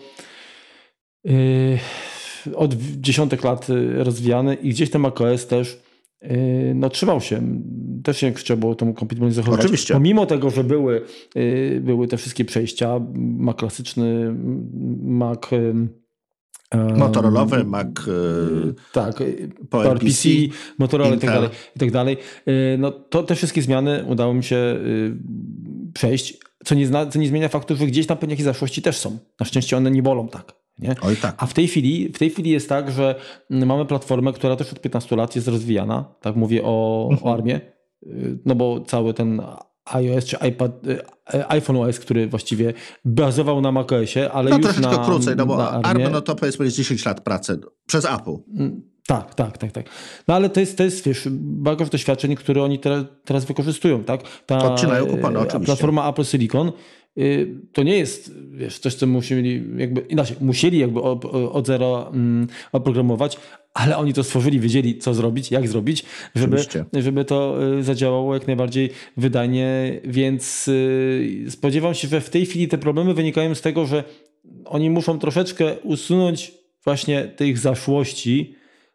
od dziesiątek lat rozwijany i gdzieś ten macOS też trzymał się. Też się trzeba było tą kompatybilność zachować. Oczywiście. Pomimo tego, że były te wszystkie przejścia, Mac klasyczny, Mac Motorolowy, Mac tak, PowerPC, Motorola i tak dalej. No to te wszystkie zmiany udało mi się przejść, co nie zmienia faktu, że gdzieś tam pewnie jakieś zaszłości też są. Na szczęście one nie bolą tak. Nie? Oj, tak. A w tej chwili jest tak, że mamy platformę, która też od 15 lat jest rozwijana. Tak mówię o ARMie, no bo cały ten iOS czy iPhone OS, który właściwie bazował na macOSie, ale już troszeczkę na krócej, no bo na ARMie, ARM, no to powiedzmy jest 10 lat pracy przez Apple. Tak. No ale to jest wiesz, bagaż doświadczeń, które oni teraz wykorzystują, tak? Odcinają kupony, oczywiście. Platforma Apple Silicon to nie jest, wiesz, coś, co musieli od zera oprogramować, ale oni to stworzyli, wiedzieli, co zrobić, jak zrobić, żeby to zadziałało jak najbardziej wydajnie, więc spodziewam się, że w tej chwili te problemy wynikają z tego, że oni muszą troszeczkę usunąć właśnie tych zaszłości,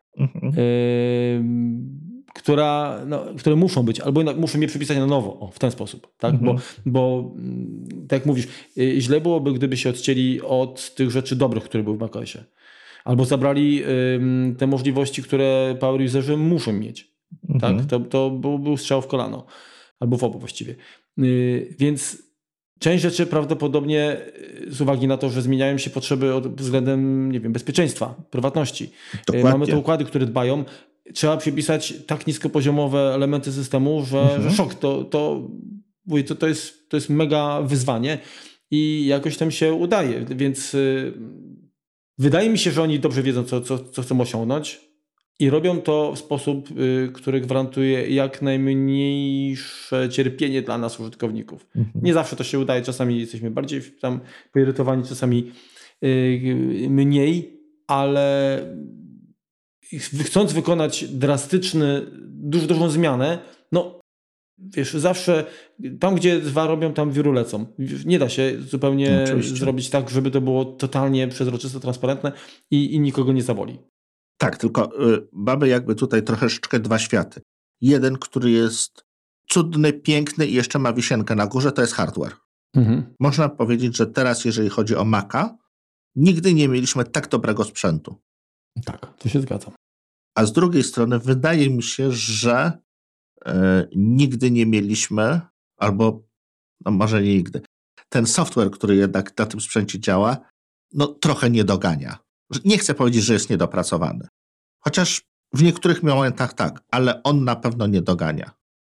które muszą być, albo muszą je przypisać na nowo, w ten sposób, tak? Bo tak jak mówisz, źle byłoby, gdyby się odcięli od tych rzeczy dobrych, które były w macOSie. Albo zabrali te możliwości, które power userzy muszą mieć. Tak? To był strzał w kolano. Albo w obu właściwie. Więc część rzeczy prawdopodobnie z uwagi na to, że zmieniają się potrzeby względem, nie wiem, bezpieczeństwa, prywatności. Dokładnie. Mamy te układy, które dbają. Trzeba przypisać tak niskopoziomowe elementy systemu, że szok. To jest mega wyzwanie i jakoś tam się udaje. Więc wydaje mi się, że oni dobrze wiedzą, co chcą osiągnąć i robią to w sposób, który gwarantuje jak najmniejsze cierpienie dla nas, użytkowników. Nie zawsze to się udaje, czasami jesteśmy bardziej tam poirytowani, czasami mniej, ale chcąc wykonać dużą zmianę, no wiesz, zawsze tam, gdzie dwa robią, tam wióry lecą. Nie da się zupełnie zrobić tak, żeby to było totalnie przezroczyste, transparentne i nikogo nie zaboli. Tak, tylko mamy jakby tutaj troszeczkę dwa światy. Jeden, który jest cudny, piękny i jeszcze ma wisienkę na górze, to jest hardware. Można powiedzieć, że teraz, jeżeli chodzi o Maca, nigdy nie mieliśmy tak dobrego sprzętu. Tak, to się zgadzam. A z drugiej strony wydaje mi się, że nigdy nie mieliśmy, albo no może nie nigdy, ten software, który jednak na tym sprzęcie działa, no trochę nie dogania. Nie chcę powiedzieć, że jest niedopracowany. Chociaż w niektórych momentach tak, ale on na pewno nie dogania.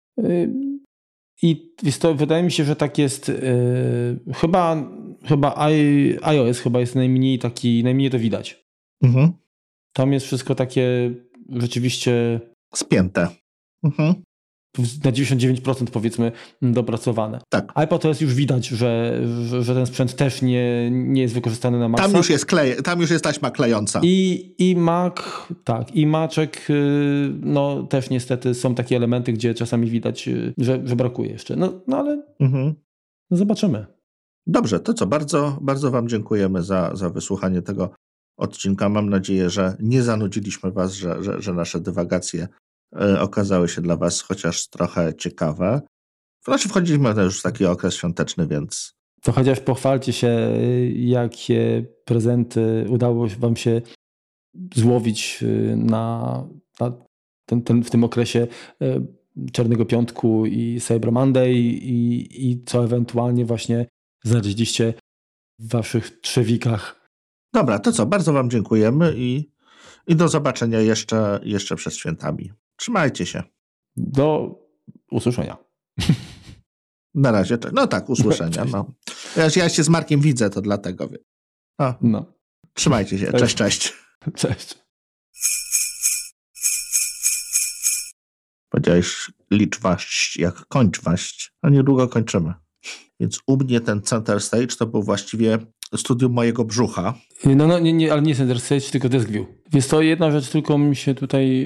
I wydaje mi się, że tak jest. Chyba iOS chyba jest najmniej to widać. Tam jest wszystko takie rzeczywiście spięte. Na 99% powiedzmy dopracowane. Tak. iPadOS już widać, że ten sprzęt też nie jest wykorzystany na maksa. Tam już jest taśma klejąca. I Mac, tak, i Maczek, no też niestety są takie elementy, gdzie czasami widać, że brakuje jeszcze. No ale zobaczymy. Dobrze, to co, bardzo, bardzo wam dziękujemy za wysłuchanie tego odcinka. Mam nadzieję, że nie zanudziliśmy was, że nasze dywagacje okazały się dla was chociaż trochę ciekawe. Znaczy wchodziliśmy już w taki okres świąteczny, więc... To chociaż pochwalcie się, jakie prezenty udało wam się złowić w tym okresie Czarnego Piątku i Cyber Monday i co ewentualnie właśnie znaleźliście w waszych trzewikach. Dobra, to co? Bardzo wam dziękujemy i do zobaczenia jeszcze przed świętami. Trzymajcie się. Do usłyszenia. Na razie. No tak, usłyszenia. No. Ja się z Markiem widzę, to dlatego wiem. No. Trzymajcie się. Cześć, cześć. Cześć. Powiedziałeś liczwaść jak kończwaść, a niedługo kończymy. Więc u mnie ten Center Stage to był właściwie studium mojego brzucha. No nie, ale nie Center Stage, tylko Desk View. Jest to jedna rzecz, tylko mi się tutaj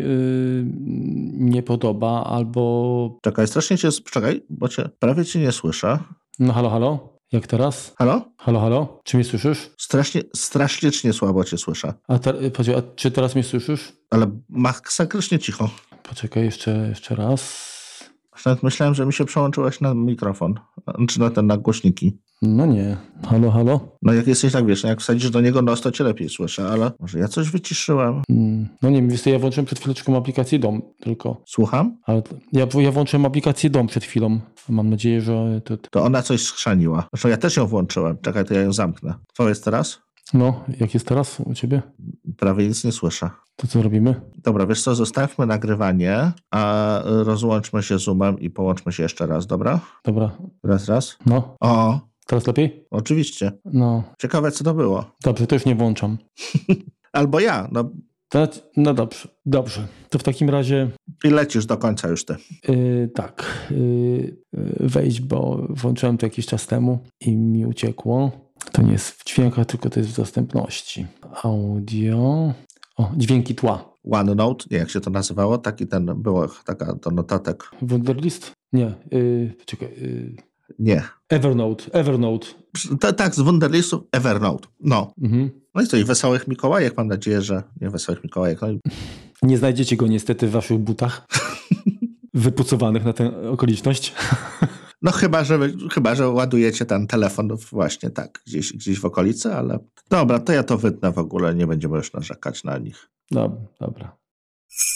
nie podoba, albo... Czekaj, strasznie cię... Czekaj, bo prawie cię nie słyszę. No halo? Jak teraz? Halo? Halo? Czy mnie słyszysz? Strasznie słabo cię słyszę. A czy teraz mnie słyszysz? Ale masakrycznie cicho. Poczekaj, jeszcze raz. Nawet myślałem, że mi się przełączyłeś na mikrofon. Czy na głośniki. No nie. Halo? No jak jesteś tak, wiesz, jak wsadzisz do niego nos, to cię lepiej słyszę, ale może ja coś wyciszyłem. No nie wiem, ja włączyłem przed chwileczką aplikację Dom tylko. Słucham? Ale ja włączyłem aplikację Dom przed chwilą. Mam nadzieję, że... To ona coś schrzaniła. Zresztą ja też ją włączyłem. Czekaj, to ja ją zamknę. Co jest teraz? No, jak jest teraz u ciebie? Prawie nic nie słyszę. To co robimy? Dobra, wiesz co, zostawmy nagrywanie, a rozłączmy się Zoomem i połączmy się jeszcze raz, dobra? Dobra. Raz. No. O! Teraz lepiej? Oczywiście. No. Ciekawe, co to było. Dobrze, to już nie włączam. Albo ja, no. No dobrze. To w takim razie... I lecisz do końca już ty. Tak. Wejdź, bo włączyłem to jakiś czas temu i mi uciekło. To nie jest w dźwiękach, tylko to jest w dostępności. Audio. O, dźwięki tła. OneNote, nie, jak się to nazywało? Była taka do notatek. Wunderlist? Nie. Czekaj. Nie. Evernote. Tak, z Wunderlistu Evernote. No. Mhm. No i co, i Wesołych Mikołajek, mam nadzieję, że nie Wesołych Mikołajek. No i... Nie znajdziecie go niestety w waszych butach wypucowanych na tę okoliczność. No chyba, że ładujecie ten telefon właśnie tak, gdzieś w okolicy, ale dobra, to ja to wytnę w ogóle, nie będziemy już narzekać na nich. Dobra.